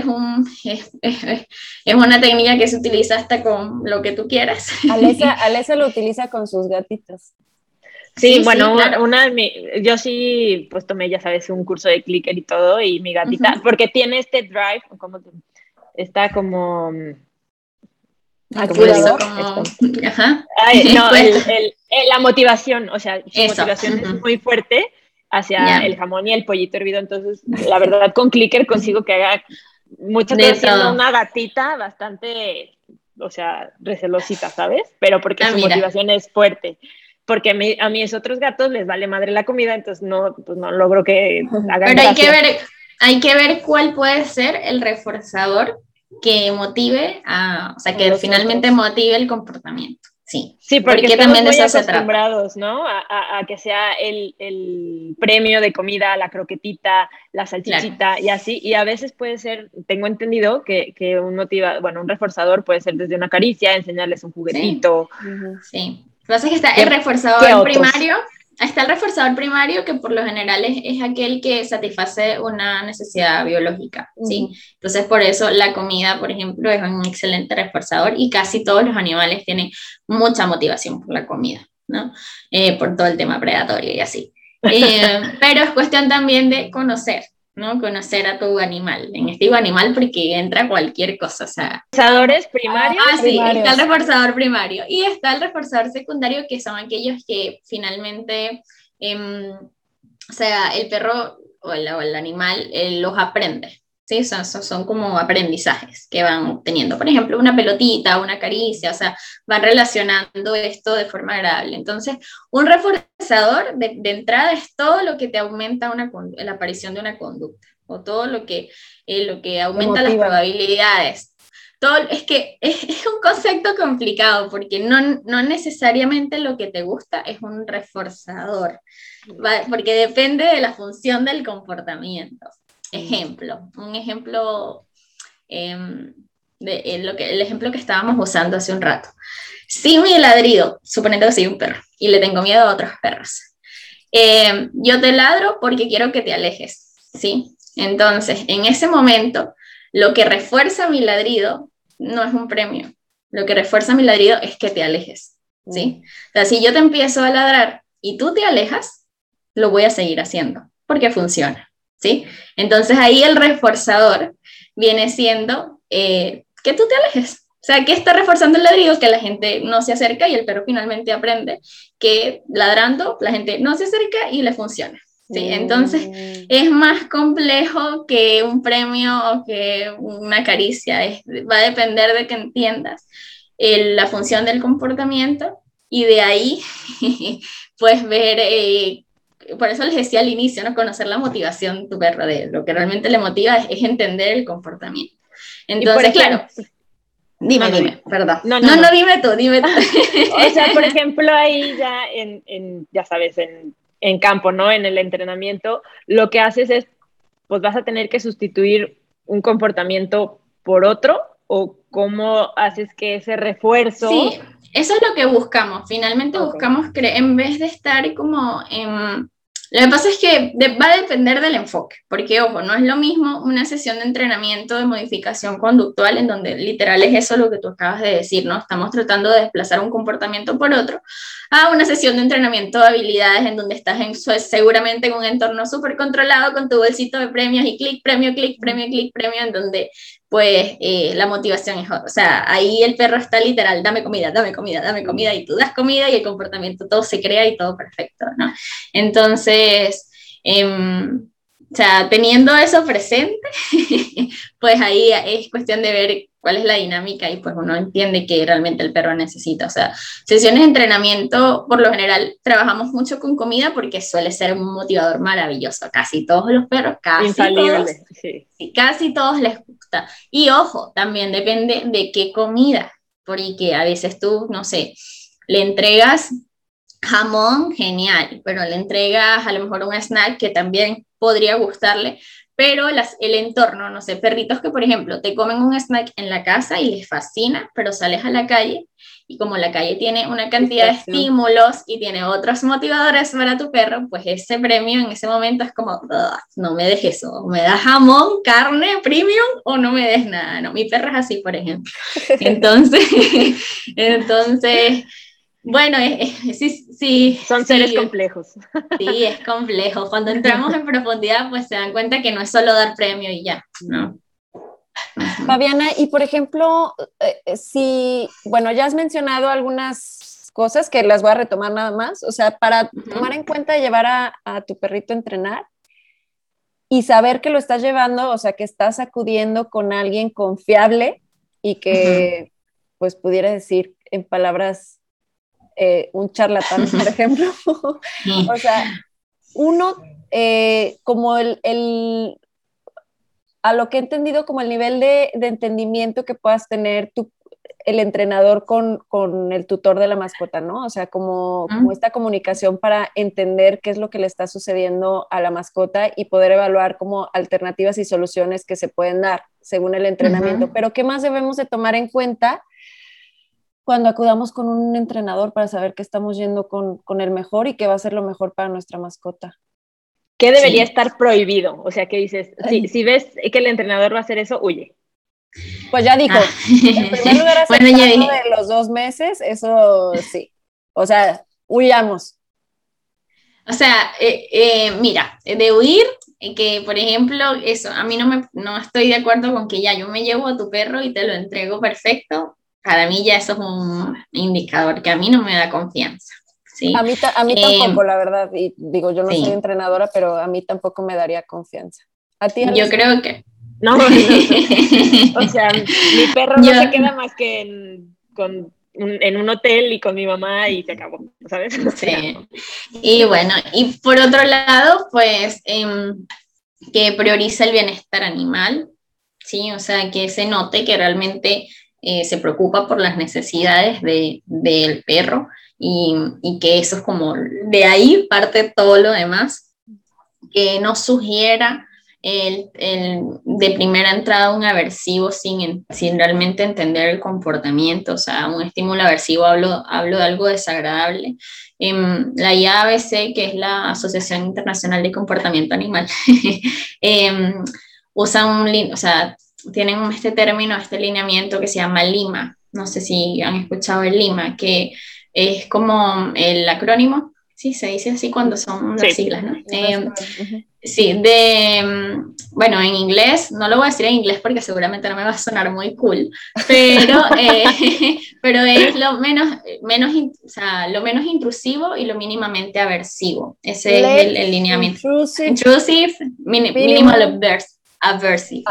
es una técnica que se utiliza hasta con lo que tú quieras.
Alesa lo utiliza con sus gatitos.
Sí,
Sí,
bueno,
claro.
yo sí, pues tomé, ya sabes, un curso de clicker y todo, y mi gatita, porque tiene este drive, está como, ¿cómo le digo?
Activador.
Ajá.
Ay, no,
Pues,
la motivación, o sea, su
eso.
motivación es muy fuerte hacia
Ya,
el jamón y el pollito hervido, entonces, la verdad, con clicker consigo que haga muchas
de
cosas siendo
todo.
una gatita bastante, o sea, recelosita, ¿sabes? Pero porque
Ah,
su
mira.
motivación es fuerte. Porque a mis otros gatos les vale madre la comida, entonces no, pues no logro que hagan
Pero
gracia.
hay que ver cuál puede ser el reforzador que motive o sea,
A
que
los
finalmente
otros.
motive el comportamiento. Sí,
Sí, porque
porque
estamos
también de
muy
eso se trata.
acostumbrados, ¿no? A que sea el premio de comida, la croquetita, la
Claro.
salchichita y así. Y a veces puede ser, tengo entendido que un reforzador puede ser desde una caricia, enseñarles un
Sí,
juguetito.
Ujú.
sí. Lo que pasa es que está el
¿Qué, qué
reforzador
otros?
primario. Está el reforzador primario que por lo general es aquel que satisface una necesidad biológica, ¿sí?
Ujú.
Entonces por eso la comida, por ejemplo, es un excelente reforzador y casi todos los animales tienen mucha motivación por la comida, ¿no? Por todo el tema predatorio y así. Pero es cuestión también de conocer, ¿no? Conocer a tu animal. En este digo animal porque entra cualquier cosa, o sea,
¿Reforzadores primarios?
sí, está el
Primarios.
reforzador primario y está el reforzador secundario, que son aquellos que finalmente, o sea, el perro o el animal los aprende. ¿Sí? Son como aprendizajes que van obteniendo. Por ejemplo, una pelotita, una caricia, o sea, van relacionando esto de forma agradable. Entonces, un reforzador de entrada es todo lo que te aumenta la aparición de una conducta o todo lo que
Te
aumenta las
motiva.
probabilidades. Todo, es que es un concepto complicado porque no necesariamente lo que te gusta es un reforzador, porque depende de la función del comportamiento. Un ejemplo el ejemplo que estábamos usando hace un rato. Si mi ladrido, suponiendo que soy un perro y le tengo miedo a otros perros, yo te ladro porque quiero que te alejes, ¿sí? Entonces, en ese momento, lo que refuerza mi ladrido no es un premio. Lo que refuerza mi ladrido es que te alejes, ¿sí? O sea, si yo te empiezo a ladrar y tú te alejas, lo voy a seguir haciendo porque funciona, ¿sí? Entonces ahí el reforzador viene siendo que tú te alejes. O sea, que está reforzando el ladrido, que la gente no se acerca y el perro finalmente aprende que ladrando la gente no se acerca y le funciona. ¿Sí? Entonces es más complejo que un premio o que una caricia. Va a depender de que entiendas la función del comportamiento y de ahí puedes ver por eso les decía al inicio, ¿no? Conocer la motivación de tu perro, de lo que realmente le motiva es entender el comportamiento.
Y por
Entonces, claro,
ejemplo, no, no,
dime, perdón.
no, no,
No,
no.
dime tú, dime tú.
O sea, por ejemplo, ahí ya ya sabes, en campo, ¿no? En el entrenamiento, lo que haces es, pues vas a tener que sustituir un comportamiento por otro, o cómo haces que ese refuerzo.
Sí, eso es lo que buscamos. Finalmente
Ok.
buscamos, en vez de estar como en... Lo que pasa es que va a depender del enfoque, porque ojo, no es lo mismo una sesión de entrenamiento de modificación conductual en donde literal es eso lo que tú acabas de decir, ¿no? Estamos tratando de desplazar un comportamiento por otro, a una sesión de entrenamiento de habilidades en donde estás seguramente en un entorno súper controlado con tu bolsito de premios y clic, premio, clic, premio, clic, premio, en donde pues la motivación es otra. O sea, ahí el perro está literal, dame comida, dame comida, dame comida, y tú das comida y el comportamiento todo se crea y todo perfecto, ¿no? Entonces, o sea, teniendo eso presente, pues ahí es cuestión de ver cuál es la dinámica y pues uno entiende que realmente el perro necesita. O sea, sesiones de entrenamiento, por lo general, trabajamos mucho con comida porque suele ser un motivador maravilloso. Casi todos los perros,
Infalible, sí.
casi todos les gusta. Y ojo, también depende de qué comida, porque a veces tú, no sé, le entregas jamón, genial, pero le entregas a lo mejor un snack que también podría gustarle, pero el entorno, no sé, perritos que, por ejemplo, te comen un snack en la casa y les fascina, pero sales a la calle y como la calle tiene una cantidad de estímulos y tiene otros motivadores para tu perro, pues ese premio en ese momento es como, no me des eso, me das jamón, carne, premium o no me des nada, no, mi perro es así, por ejemplo. Entonces, bueno, sí.
Son seres complejos.
Sí, es complejo. Cuando entramos en profundidad, pues se dan cuenta que no es solo dar premio y ya, ¿no?
Fabiana, y por ejemplo, bueno, ya has mencionado algunas cosas que las voy a retomar nada más, o sea, para tomar en cuenta llevar a tu perrito a entrenar y saber que lo estás llevando, o sea, que estás acudiendo con alguien confiable y que, pues, pudiera decir en palabras, un charlatán, por ejemplo. O sea, uno, como a lo que he entendido, como el nivel de entendimiento que puedas tener el entrenador con el tutor de la mascota, ¿no? O sea, como esta comunicación para entender qué es lo que le está sucediendo a la mascota y poder evaluar como alternativas y soluciones que se pueden dar según el entrenamiento. Pero ¿qué más debemos de tomar en cuenta cuando acudamos con un entrenador para saber que estamos yendo con el mejor y que va a ser lo mejor para nuestra mascota?
¿Qué debería estar prohibido? O sea, ¿qué dices? Si ves que el entrenador va a hacer eso, huye.
Pues ya dijo, en primer lugar, aceptando de los 2 meses, eso sí. O sea, huyamos.
O sea, mira, de huir, que por ejemplo, eso, a mí no estoy de acuerdo con que ya yo me llevo a tu perro y te lo entrego perfecto. Para mí ya eso es un indicador que a mí no me da confianza. ¿Sí?
A mí tampoco, la verdad, y digo, yo no soy entrenadora, pero a mí tampoco me daría confianza. ¿A ti, Alicia?
Yo creo que...
No, o sea, mi perro no se queda más que en un hotel y con mi mamá y se acabó, ¿sabes?
Sí. Y bueno, y por otro lado, pues, que prioriza el bienestar animal, ¿sí? O sea, que se note que realmente se preocupa por las necesidades del perro y que eso es como, de ahí parte todo lo demás, que no sugiera de primera entrada un aversivo sin realmente entender el comportamiento, o sea, un estímulo aversivo, hablo de algo desagradable. La IABC, que es la Asociación Internacional de Comportamiento Animal, usa o sea, tienen este término, este lineamiento que se llama LIMA, no sé si han escuchado el LIMA, que es como el acrónimo, sí, se dice así cuando son las siglas, ¿no? Sí, bueno, en inglés, no lo voy a decir en inglés porque seguramente no me va a sonar muy cool, pero es lo menos intrusivo y lo mínimamente aversivo. Ese es el lineamiento. Intrusive, minimal aversive.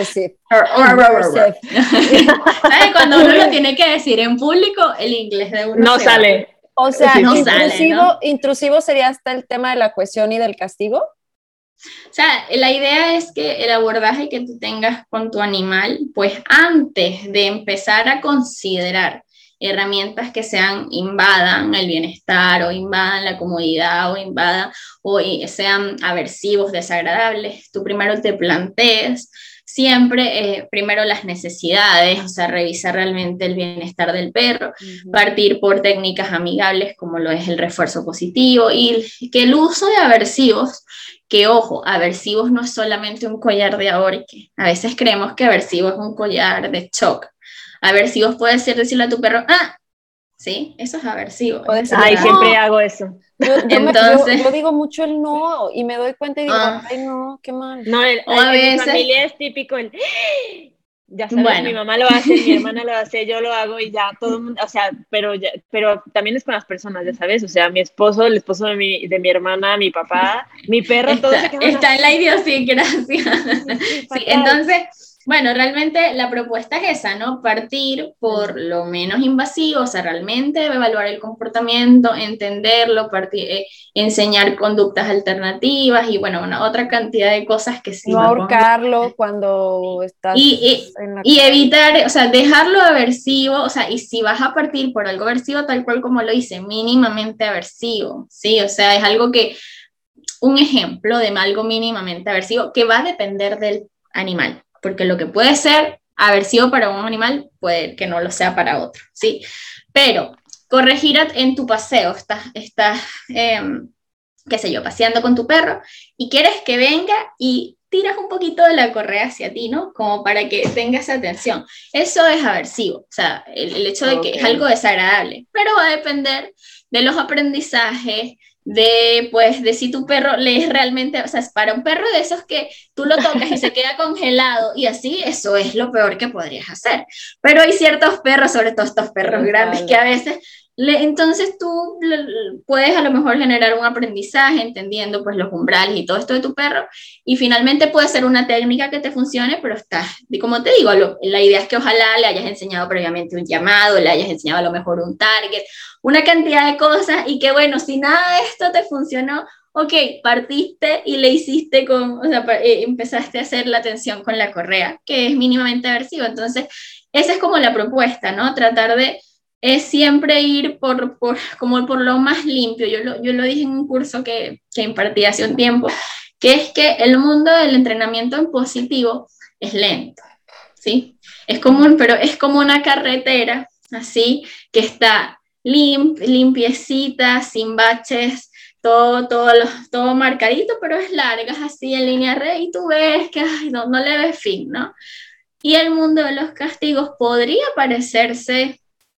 ¿Sabes? Cuando uno lo tiene que decir en público, el inglés de uno
no sale.
O sea, intrusivo sería hasta el tema de la cohesión y del castigo.
O sea, la idea es que el abordaje que tú tengas con tu animal, pues antes de empezar a considerar herramientas que invadan el bienestar o invadan la comodidad o sean aversivos, desagradables, tú primero te plantees siempre primero las necesidades, o sea, revisar realmente el bienestar del perro, partir por técnicas amigables como lo es el refuerzo positivo y que el uso de aversivos, que ojo, aversivos no es solamente un collar de ahorque, a veces creemos que aversivo es un collar de shock. Aversivos puede ser decirle a tu perro, sí, eso es aversivo.
Ay, siempre hago eso.
Yo digo mucho el no y me doy cuenta y digo, ay no, qué mal.
No, en mi familia es típico el... Ya sabes, mi mamá lo hace, mi hermana lo hace, yo lo hago y ya todo el mundo, o sea, pero también es con las personas, ya sabes, o sea, mi esposo, el esposo de mi hermana, mi papá, mi perro, todo se queda
está en la idiosincrasia. Sí, entonces, bueno, realmente la propuesta es esa, ¿no? Partir por lo menos invasivo, o sea, realmente evaluar el comportamiento, entenderlo, enseñar conductas alternativas y, bueno, una otra cantidad de cosas que sí.
No ahorcarlo cuando estás
en la calle. Evitar, o sea, dejarlo aversivo, o sea, y si vas a partir por algo aversivo, tal cual como lo hice, mínimamente aversivo, ¿sí? O sea, es algo que un ejemplo de algo mínimamente aversivo que va a depender del animal, porque lo que puede ser aversivo para un animal puede que no lo sea para otro, ¿sí? Pero corregir en tu paseo, estás qué sé yo, paseando con tu perro y quieres que venga y tiras un poquito de la correa hacia ti, ¿no? Como para que tengas atención. Eso es aversivo, o sea, el hecho de que es algo desagradable, pero va a depender de los aprendizajes, pues, de si tu perro le es realmente, o sea, para un perro de esos que tú lo tocas y se queda congelado y así, eso es lo peor que podrías hacer. Pero hay ciertos perros, sobre todo estos perros grandes, que a veces entonces tú puedes a lo mejor generar un aprendizaje entendiendo pues los umbrales y todo esto de tu perro y finalmente puede ser una técnica que te funcione, pero como te digo, la idea es que ojalá le hayas enseñado previamente un llamado, le hayas enseñado a lo mejor un target, una cantidad de cosas y que bueno, si nada de esto te funcionó, ok, partiste y le hiciste empezaste a hacer la atención con la correa, que es mínimamente aversivo, entonces esa es como la propuesta, ¿no? Tratar de es siempre ir como por lo más limpio. Yo lo dije en un curso que impartí hace un tiempo, que es que el mundo del entrenamiento en positivo es lento, ¿sí? Pero es como una carretera, así, que está limpiecita, sin baches, todo marcadito, pero es larga, así en línea recta, y tú ves que ay, no le ves fin, ¿no? Y el mundo de los castigos podría parecerse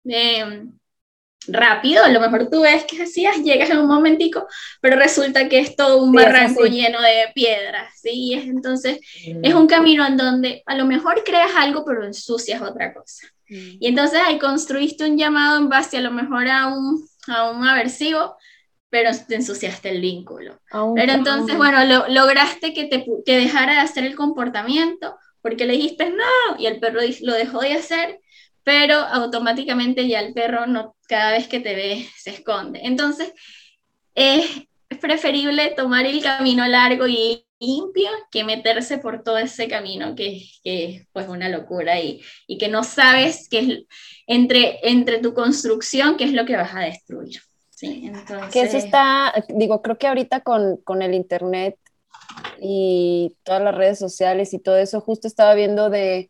rápido, a lo mejor tú ves que así llegas en un momentico, pero resulta que es todo un barranco lleno de piedras, ¿sí? Entonces es un camino en donde a lo mejor creas algo, pero ensucias otra cosa. Y entonces ahí construiste un llamado en base a lo mejor a un aversivo, pero te ensuciaste el vínculo. Pero entonces, bueno, lograste que dejara de hacer el comportamiento, porque le dijiste no, y el perro lo dejó de hacer, pero automáticamente ya el perro cada vez que te ve se esconde. Entonces, es preferible tomar el camino largo y limpio que meterse por todo ese camino que es pues una locura y que no sabes qué es entre tu construcción qué es lo que vas a destruir. Sí, entonces...
Que eso creo que ahorita con el internet y todas las redes sociales y todo eso, justo estaba viendo de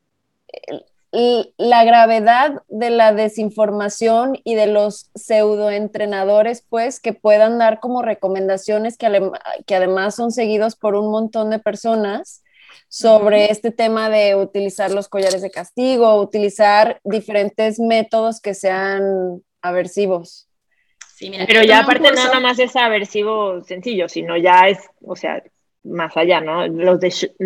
la gravedad de la desinformación y de los pseudoentrenadores, pues, que puedan dar como recomendaciones que además son seguidos por un montón de personas sobre este tema de utilizar los collares de castigo, utilizar diferentes métodos que sean aversivos.
Sí, mira, pero ya aparte no nomás es aversivo sencillo, sino ya es, o sea, más allá, ¿no? Los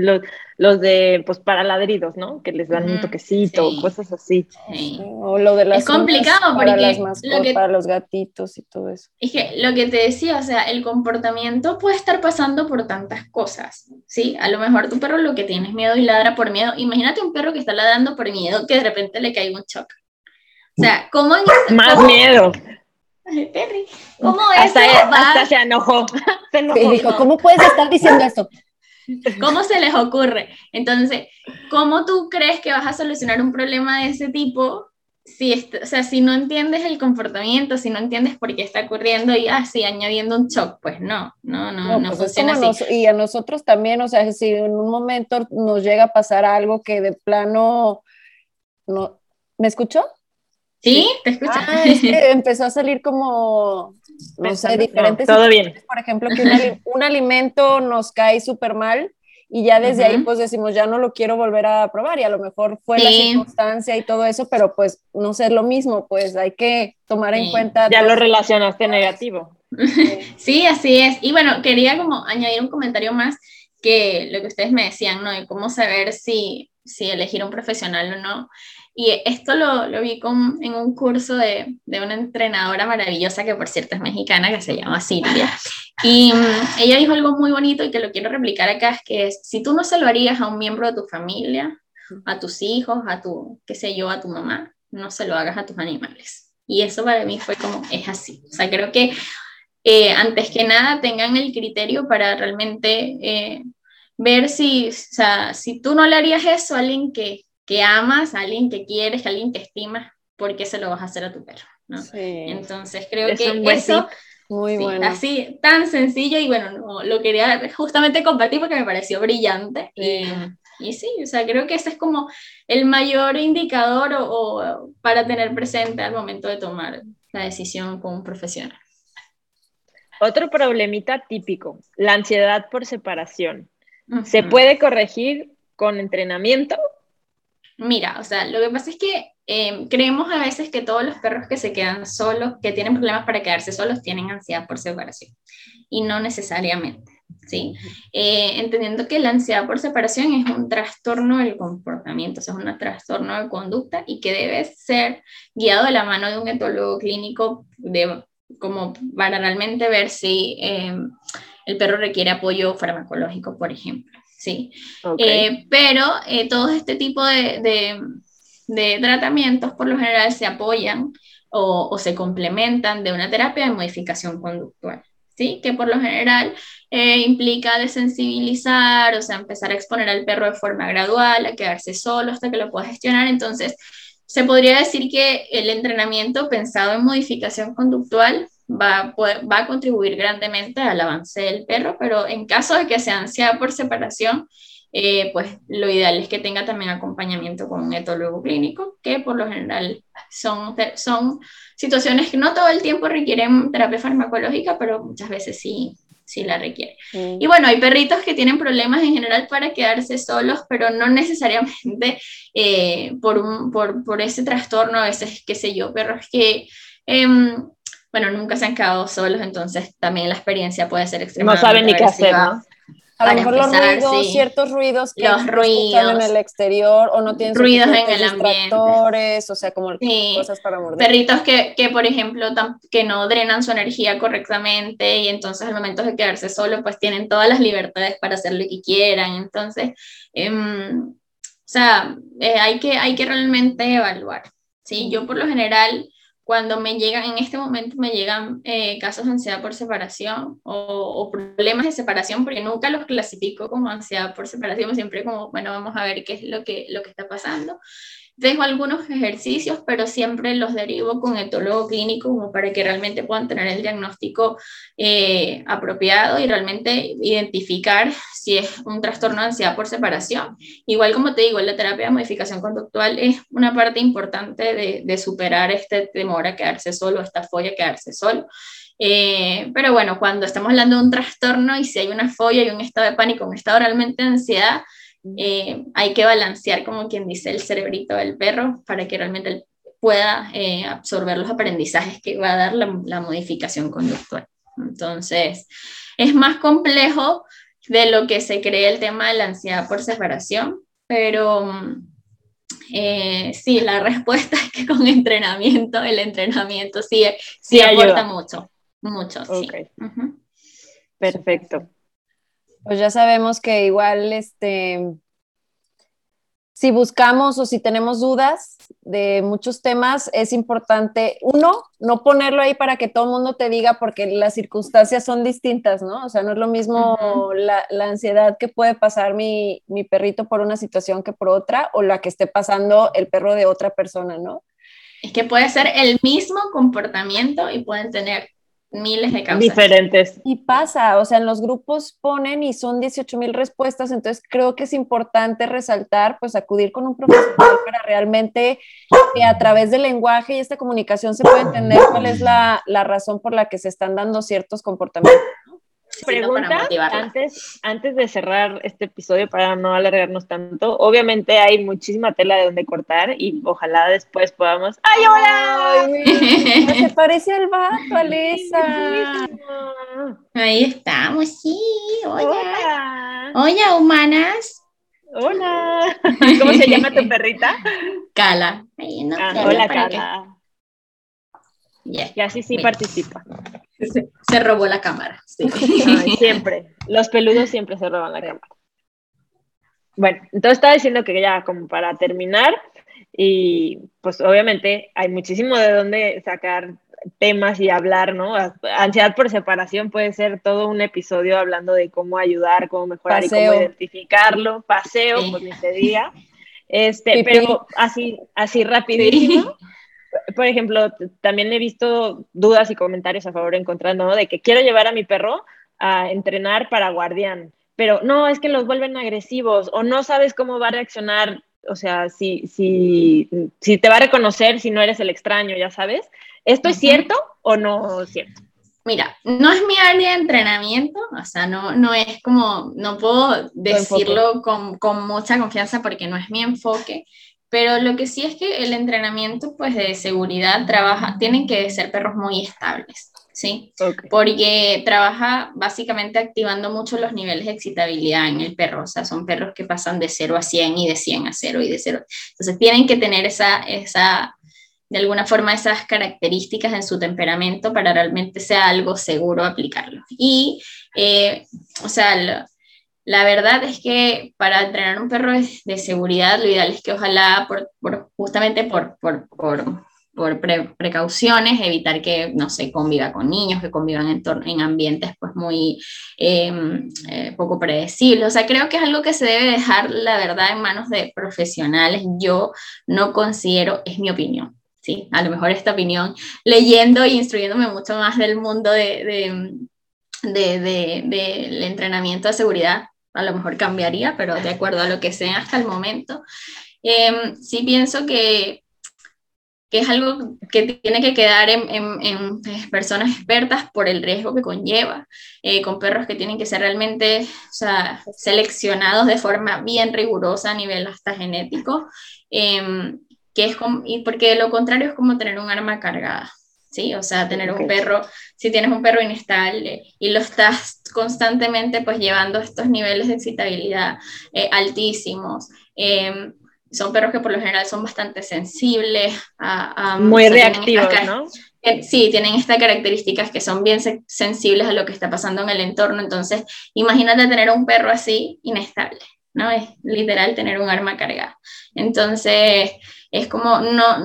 de pues para ladridos, ¿no? Que les dan un toquecito, cosas así.
Sí. O lo de las
es complicado
para las mascotas, para los gatitos y todo eso.
Es que lo que te decía, o sea, el comportamiento puede estar pasando por tantas cosas, ¿sí? A lo mejor tu perro lo que tiene es miedo y ladra por miedo. Imagínate un perro que está ladrando por miedo que de repente le caiga un shock. O sea, ¿cómo?
Más miedo.
Ay, Perry, ¿cómo
hasta se enojó. Se enojó.
Sí, dijo, ¿cómo puedes estar diciendo esto?
¿Cómo se les ocurre? Entonces, ¿cómo tú crees que vas a solucionar un problema de ese tipo si no entiendes el comportamiento, si no entiendes por qué está ocurriendo y así añadiendo un shock? Pues no pues funciona así.
Y a nosotros también, o sea, si en un momento nos llega a pasar algo que de plano no, ¿me escuchó?
Sí, te escucho.
Es que empezó a salir como, no sé, diferentes
todo bien.
Por ejemplo, que un alimento nos cae súper mal y ya desde ahí pues decimos, ya no lo quiero volver a probar y a lo mejor fue la circunstancia y todo eso, pero pues no ser lo mismo, pues hay que tomar en cuenta.
Ya lo relacionaste negativo.
Sí, así es. Y bueno, quería como añadir un comentario más que lo que ustedes me decían, ¿no? De cómo saber si elegir un profesional o no. Y esto lo vi en un curso de una entrenadora maravillosa que por cierto es mexicana, que se llama Silvia. Y ella dijo algo muy bonito y que lo quiero replicar acá, que es, si tú no se lo harías a un miembro de tu familia, a tus hijos, a tu, qué sé yo, a tu mamá, no se lo hagas a tus animales. Y eso para mí fue como, es así. O sea, creo que antes que nada tengan el criterio para realmente ver si tú no le harías eso a alguien que amas, a alguien que quieres, a alguien que estimas, ¿por qué se lo vas a hacer a tu perro? ¿No? Sí. Entonces creo que
Muy
Sí,
bueno.
así tan sencillo y bueno, no, lo quería justamente compartir porque me pareció brillante
Sí.
y sí, o sea, creo que ese es como el mayor indicador o para tener presente al momento de tomar la decisión con un profesional.
Otro problemita típico, la ansiedad por separación. ¿Se
Ujú.
puede corregir con entrenamiento?
Mira, o sea, lo que pasa es que creemos a veces que todos los perros que se quedan solos, que tienen problemas para quedarse solos, tienen ansiedad por separación. Y no necesariamente, ¿sí? Entendiendo que la ansiedad por separación es un trastorno del comportamiento, o sea, es un trastorno de conducta y que debe ser guiado de la mano de un etólogo clínico como para realmente ver si el perro requiere apoyo farmacológico, por ejemplo. ¿Sí?
Okay.
Pero todo este tipo de tratamientos por lo general se apoyan o se complementan de una terapia de modificación conductual. ¿Sí? Que por lo general implica desensibilizar, o sea, empezar a exponer al perro de forma gradual, a quedarse solo hasta que lo pueda gestionar. Entonces, se podría decir que el entrenamiento pensado en modificación conductual va a contribuir grandemente al avance del perro, pero en caso de que sea ansiedad por separación, pues lo ideal es que tenga también acompañamiento con un etólogo clínico, que por lo general son situaciones que no todo el tiempo requieren terapia farmacológica, pero muchas veces sí la requiere. Y bueno, hay perritos que tienen problemas en general para quedarse solos, pero no necesariamente por ese trastorno, a veces, qué sé yo, perros que, bueno, nunca se han quedado solos, entonces también la experiencia puede ser
No saben
extremadamente
ni qué hacer,
agresiva.
¿no?
A lo
Para
mejor los
empezar,
ruidos,
sí,
ciertos ruidos que
los
escuchan en el
ruidos,
exterior o no tienen
ruidos en
suficientes
el ambiente.
distractores, o sea, como
Sí,
cosas para morder.
perritos que por ejemplo, que no drenan su energía correctamente y entonces al momento de quedarse solo, pues tienen todas las libertades para hacer lo que quieran. Entonces, o sea, hay que realmente evaluar. ¿Sí? Yo por lo general, cuando me llegan, en este momento me llegan casos de ansiedad por separación o problemas de separación, porque nunca los clasifico como ansiedad por separación, siempre como, bueno, vamos a ver qué es lo que está pasando. Dejo algunos ejercicios, pero siempre los derivo con etólogo clínico como para que realmente puedan tener el diagnóstico apropiado y realmente identificar si es un trastorno de ansiedad por separación. Igual como te digo, la terapia de modificación conductual es una parte importante de superar este temor a quedarse solo, esta fobia a quedarse solo. Pero bueno, cuando estamos hablando de un trastorno y si hay una fobia y un estado de pánico, un estado realmente de ansiedad, hay que balancear, como quien dice, el cerebrito del perro para que realmente él pueda absorber los aprendizajes que va a dar la modificación conductual. Entonces, es más complejo de lo que se cree el tema de la ansiedad por separación, pero sí, la respuesta es que con entrenamiento, el entrenamiento sí aporta
ayuda.
mucho, mucho, sí.
Okay.
Uh-huh.
Perfecto.
Pues ya sabemos que igual, si buscamos o si tenemos dudas de muchos temas, es importante, uno, no ponerlo ahí para que todo el mundo te diga porque las circunstancias son distintas, ¿no? O sea, no es lo mismo
Uh-huh.
la ansiedad que puede pasar mi perrito por una situación que por otra, o la que esté pasando el perro de otra persona, ¿no?
Es que puede ser el mismo comportamiento y pueden tener miles de causas diferentes.
Diferentes.
Y pasa, o sea, en los grupos ponen y son 18,000 respuestas, entonces creo que es importante resaltar, pues acudir con un profesional para realmente que a través del lenguaje y esta comunicación se puede entender cuál es la razón por la que se están dando ciertos comportamientos.
Para
Pregunta,
motivarla.
antes de cerrar este episodio para no alargarnos tanto, obviamente hay muchísima tela de donde cortar y ojalá después podamos... ¡Ay, hola!
Ay, mira, se parece al vato,
¡Ay,
Alesa.
bellísimo!
Ahí estamos, sí. Hola.
¡Hola!
Hola, humanas.
¡Hola! ¿Cómo se llama tu perrita?
Cala. Ahí no,
Hola,
para qué.
Carla.
Ya,
Y así sí
mira.
participa.
Se robó la cámara. Sí.
Ay, siempre. Los peludos siempre se roban la cámara. Bueno, entonces estaba diciendo que ya como para terminar, y pues obviamente hay muchísimo de dónde sacar temas y hablar, ¿no? Ansiedad por separación puede ser todo un episodio hablando de cómo ayudar, cómo mejorar y cómo
Paseo.
identificarlo. Paseo,
Sí.
pues ni se diga.
Pipí.
Pero así rapidísimo.
Sí.
por ejemplo, también he visto dudas y comentarios a favor o en contra, ¿no? De que quiero llevar a mi perro a entrenar para guardián, pero no, es que los vuelven agresivos o no sabes cómo va a reaccionar, o sea, si te va a reconocer si no eres el extraño, ya sabes. ¿Esto es cierto o no es cierto?
Mira, no es mi área de entrenamiento, o sea, no es como, no puedo decirlo con mucha confianza porque no es mi enfoque, pero lo que sí es que el entrenamiento, pues, de seguridad tienen que ser perros muy estables, ¿sí?
Okay.
Porque trabaja básicamente activando mucho los niveles de excitabilidad en el perro, o sea, son perros que pasan de 0 a 100 y de 100 a 0 y de 0. Entonces, tienen que tener de alguna forma esas características en su temperamento para realmente sea algo seguro aplicarlo. Y, o sea, la verdad es que para entrenar un perro de seguridad, lo ideal es que ojalá, justamente por precauciones, evitar que, no sé, conviva con niños, que convivan en ambientes pues muy poco predecibles. O sea, creo que es algo que se debe dejar, la verdad, en manos de profesionales. Yo no considero, es mi opinión, ¿sí? A lo mejor esta opinión, leyendo e instruyéndome mucho más del mundo del entrenamiento de seguridad, a lo mejor cambiaría, pero de acuerdo a lo que sé hasta el momento, sí pienso que es algo que tiene que quedar en personas expertas por el riesgo que conlleva, con perros que tienen que ser realmente, o sea, seleccionados de forma bien rigurosa a nivel hasta genético, y porque de lo contrario es como tener un arma cargada, ¿sí? O sea, tener un perro, si tienes un perro inestable y lo estás constantemente pues llevando estos niveles de excitabilidad altísimos, son perros que por lo general son bastante sensibles,
muy
o sea,
reactivos, ¿no?
Sí, tienen estas características que son bien sensibles a lo que está pasando en el entorno. Entonces, imagínate tener un perro así inestable, ¿no? Es literal tener un arma cargada. Entonces, es como,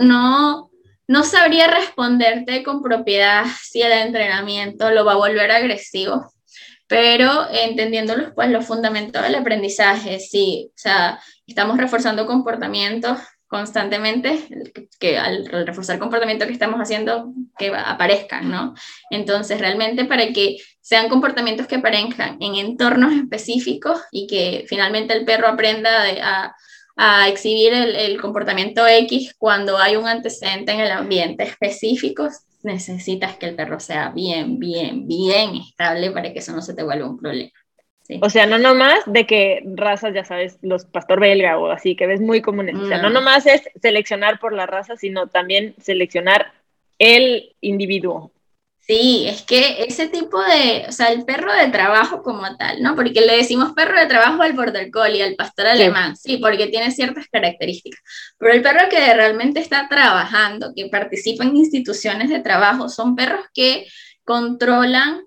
no sabría responderte con propiedad si el entrenamiento lo va a volver agresivo, pero entendiendo pues, los fundamentos del aprendizaje, sí, o sea, estamos reforzando comportamientos constantemente, que al reforzar comportamientos que estamos haciendo, que aparezcan, ¿no? Entonces, realmente para que sean comportamientos que aparezcan en entornos específicos y que finalmente el perro aprenda a exhibir el comportamiento X cuando hay un antecedente en el ambiente específico, necesitas que el perro sea bien estable para que eso no se te vuelva un problema. ¿Sí?
O sea, no nomás de que razas, ya sabes, los pastor belga o así, que ves muy comunes. O sea, no nomás es seleccionar por la raza, sino también seleccionar el individuo.
Sí, es que ese tipo o sea, el perro de trabajo como tal, ¿no? Porque le decimos perro de trabajo al border collie, al pastor alemán, sí, porque tiene ciertas características. Pero el perro que realmente está trabajando, que participa en instituciones de trabajo, son perros que controlan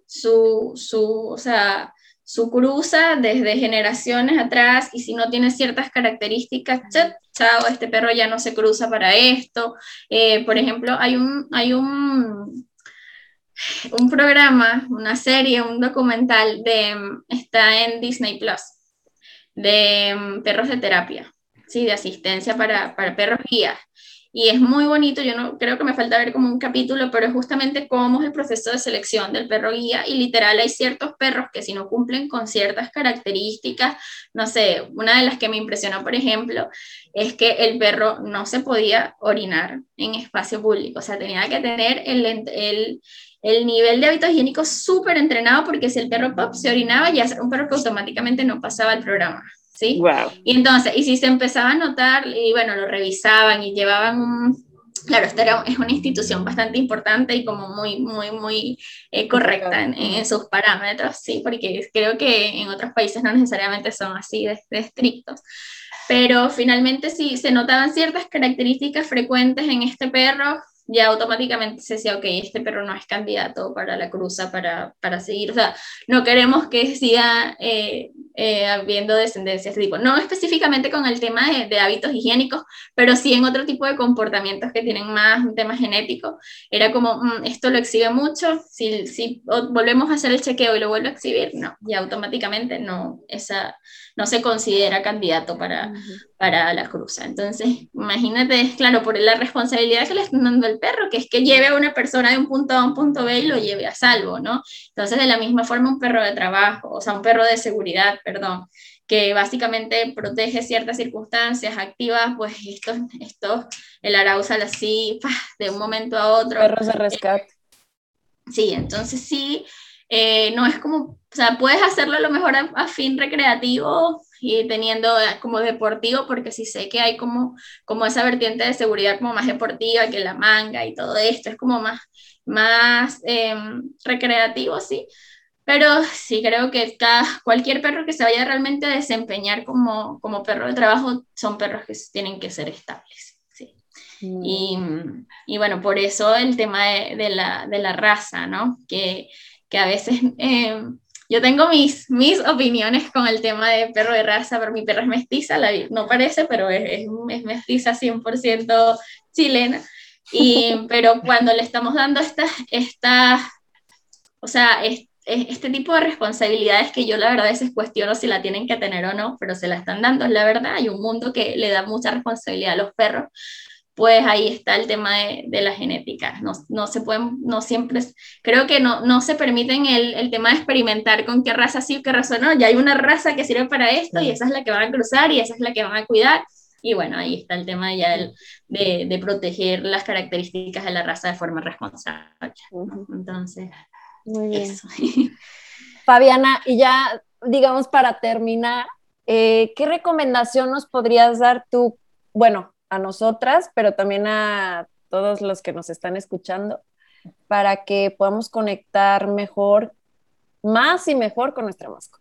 o sea, su cruza desde generaciones atrás, y si no tiene ciertas características, chao, este perro ya no se cruza para esto. Por ejemplo, hay un programa, una serie, un documental está en Disney Plus, de perros de terapia, ¿sí? De asistencia para perros guías. Y es muy bonito, yo no creo que me falta ver como un capítulo, pero es justamente cómo es el proceso de selección del perro guía, y literal hay ciertos perros que si no cumplen con ciertas características, no sé, una de las que me impresionó, por ejemplo, es que el perro no se podía orinar en espacio público, o sea, tenía que tener el nivel de hábitos higiénicos súper entrenado, porque si el perro pop se orinaba, ya era un perro que automáticamente no pasaba el programa, ¿sí?
Wow.
Y entonces, y si se empezaba a notar, y bueno, lo revisaban y llevaban claro, esta es una institución bastante importante y como muy correcta en sus parámetros, ¿sí? Porque creo que en otros países no necesariamente son así de estrictos. Pero finalmente si se notaban ciertas características frecuentes en este perro, ya automáticamente se decía, ok, este perro no es candidato para la cruza, para seguir, o sea, no queremos que siga habiendo descendencias, digo, no específicamente con el tema de hábitos higiénicos, pero sí en otro tipo de comportamientos que tienen más un tema genético. Era como, esto lo exhibe mucho, si volvemos a hacer el chequeo y lo vuelvo a exhibir, no, y automáticamente no se considera candidato para la cruza. Entonces, imagínate, claro, por la responsabilidad que le están dando al perro, que es que lleve a una persona de un punto A a un punto B y lo lleve a salvo, ¿no? Entonces, de la misma forma, un perro de trabajo, o sea, un perro de seguridad, perdón, que básicamente protege ciertas circunstancias activas, pues el aráusal así, de un momento a otro.
Perros de rescate.
Sí, entonces sí, no es como, o sea, puedes hacerlo a lo mejor a fin recreativo y teniendo como deportivo, porque sí sé que hay como esa vertiente de seguridad como más deportiva, que la manga y todo esto, es como más recreativo, sí, pero sí creo que cualquier perro que se vaya realmente a desempeñar como perro de trabajo, son perros que tienen que ser estables, sí. Y bueno, por eso el tema de la raza, ¿no? Que a veces yo tengo mis opiniones con el tema de perro de raza, pero mi perra es mestiza, no parece, pero es mestiza 100% chilena. Pero cuando le estamos dando o sea, este tipo de responsabilidades que yo la verdad a veces cuestiono si la tienen que tener o no, pero se la están dando, es la verdad. Hay un mundo que le da mucha responsabilidad a los perros, pues ahí está el tema de la genética. No se pueden, no siempre, creo que no se permiten el tema de experimentar con qué raza sí o qué raza no. Ya hay una raza que sirve para esto y esa es la que van a cruzar y esa es la que van a cuidar. Y bueno, ahí está el tema ya de proteger las características de la raza de forma responsable, ¿no? Entonces,
muy bien.
Eso.
Fabiana, y ya, digamos, para terminar, ¿qué recomendación nos podrías dar tú, bueno, a nosotras, pero también a todos los que nos están escuchando, para que podamos conectar mejor, más y mejor con nuestra mascota?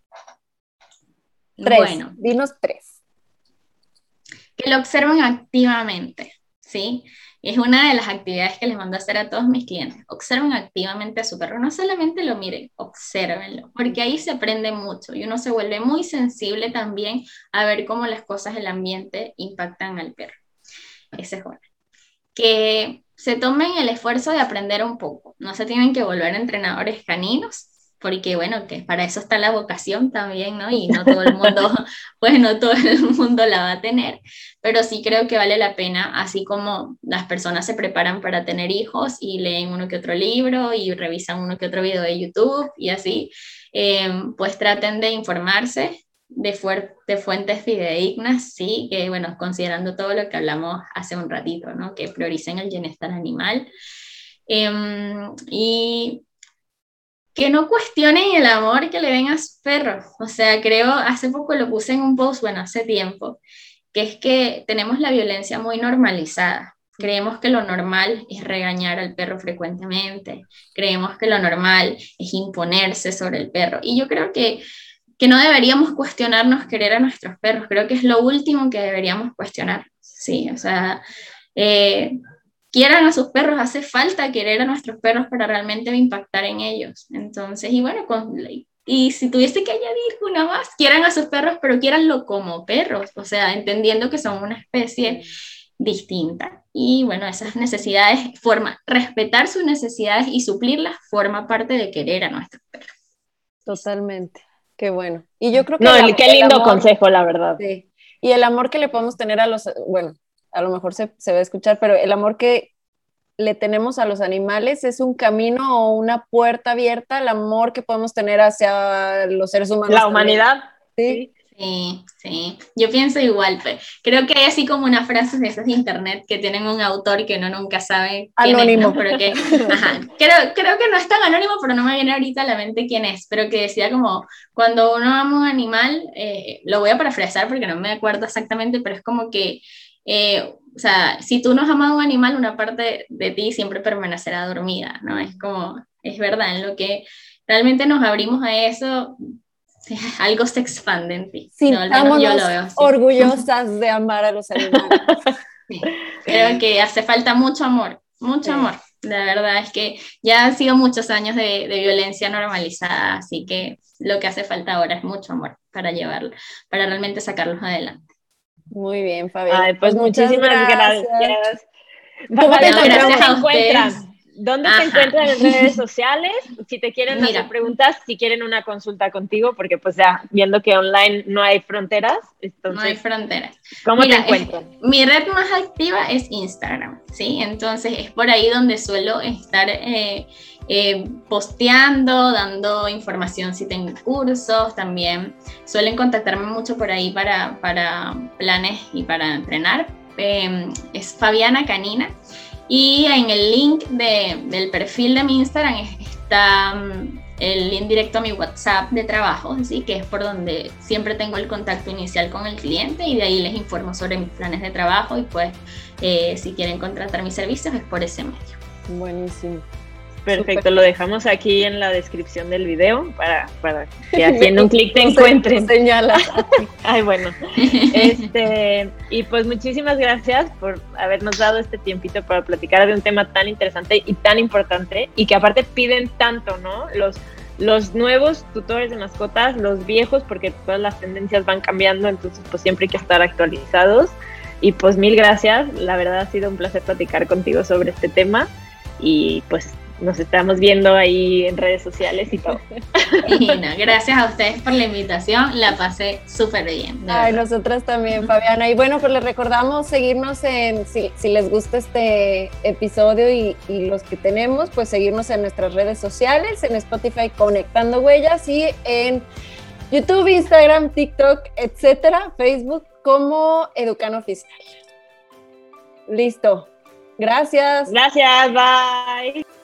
Bueno,
Dinos 3.
que lo observen activamente, ¿sí? Es una de las actividades que les mando a hacer a todos mis clientes. Observen activamente a su perro, no solamente lo miren, obsérvenlo, porque ahí se aprende mucho y uno se vuelve muy sensible también a ver cómo las cosas del ambiente impactan al perro. Ese es bueno. Que se tomen el esfuerzo de aprender un poco, no se tienen que volver entrenadores caninos, porque bueno, que para eso está la vocación también, ¿no? Y no todo el mundo, pues no todo el mundo la va a tener, pero sí creo que vale la pena, así como las personas se preparan para tener hijos y leen uno que otro libro y revisan uno que otro video de YouTube y así, pues traten de informarse de fuentes fidedignas, sí, que bueno, considerando todo lo que hablamos hace un ratito, ¿no? Que prioricen el bienestar animal. Y que no cuestionen el amor que le den a sus perros. O sea, creo, hace poco lo puse en un post, bueno, hace tiempo, que es que tenemos la violencia muy normalizada. Creemos que lo normal es regañar al perro frecuentemente. Creemos que lo normal es imponerse sobre el perro. Y yo creo que no deberíamos cuestionarnos querer a nuestros perros. Creo que es lo último que deberíamos cuestionar. Sí, o sea, quieran a sus perros, hace falta querer a nuestros perros para realmente impactar en ellos. Entonces, y bueno, y si tuviese que añadir una más, quieran a sus perros, pero quieranlo como perros, o sea, entendiendo que son una especie distinta. Y bueno, esas necesidades, respetar sus necesidades y suplirlas forma parte de querer a nuestros perros.
Totalmente. Qué bueno. Y yo creo que
qué lindo consejo, la verdad.
Sí. Y el amor que le podemos tener bueno, a lo mejor se va a escuchar, pero el amor que le tenemos a los animales es un camino o una puerta abierta al amor que podemos tener hacia los seres humanos.
La humanidad.
Sí.
Sí, yo pienso igual, creo que hay así como unas frases de esas de internet que tienen un autor que uno nunca sabe quién
anónimo.
es, ¿no? Pero que, creo que no es tan anónimo, pero no me viene ahorita a la mente quién es, pero que decía como, cuando uno ama un animal, lo voy a parafrasear porque no me acuerdo exactamente, pero es como que, o sea, si tú no has amado a un animal, una parte de ti siempre permanecerá dormida, ¿no? Es como, es verdad, en lo que realmente nos abrimos a eso, algo se expande en ti.
Sintámonos
yo lo veo así.
orgullosas de amar a los animales.
Sí. Creo que hace falta mucho amor, mucho amor. La verdad es que ya han sido muchos años de violencia normalizada, así que lo que hace falta ahora es mucho amor para llevarlo, para realmente sacarlos adelante.
Muy bien, Fabián.
Ay, pues muchísimas gracias.
¿Cómo te
Fabiana, ¿dónde te
encuentran?
encuentran? ¿Dónde te encuentran en redes sociales? Si te quieren hacer preguntas, si quieren una consulta contigo, porque pues ya viendo que online no hay fronteras, entonces...
No hay fronteras.
¿Cómo te encuentran?
Mi red más activa es Instagram, ¿sí? Entonces es por ahí donde suelo estar posteando, dando información si tengo cursos, también suelen contactarme mucho por ahí para planes y para entrenar. Es Fabiana Canina. Y en el link del perfil de mi Instagram está el link directo a mi WhatsApp de trabajo, ¿sí? Que es por donde siempre tengo el contacto inicial con el cliente y de ahí les informo sobre mis planes de trabajo y pues si quieren contratar mis servicios es por ese medio.
Buenísimo.
Perfecto, super. Lo dejamos aquí en la descripción del video para que haciendo un clic te encuentren.
Señala.
Ay, bueno. Y pues muchísimas gracias por habernos dado este tiempito para platicar de un tema tan interesante y tan importante y que aparte piden tanto, ¿no? Los nuevos tutores de mascotas, los viejos, porque todas las tendencias van cambiando, entonces pues siempre hay que estar actualizados. Y pues mil gracias, la verdad ha sido un placer platicar contigo sobre este tema y pues nos estamos viendo ahí en redes sociales y todo.
Gracias a ustedes por la invitación, la pasé súper bien.
Ay, nosotras también, Fabiana. Y bueno, pues les recordamos seguirnos si les gusta este episodio y los que tenemos, pues seguirnos en nuestras redes sociales, en Spotify Conectando Huellas y en YouTube, Instagram, TikTok, etcétera, Facebook como Educano Oficial. Listo. Gracias.
Gracias, bye.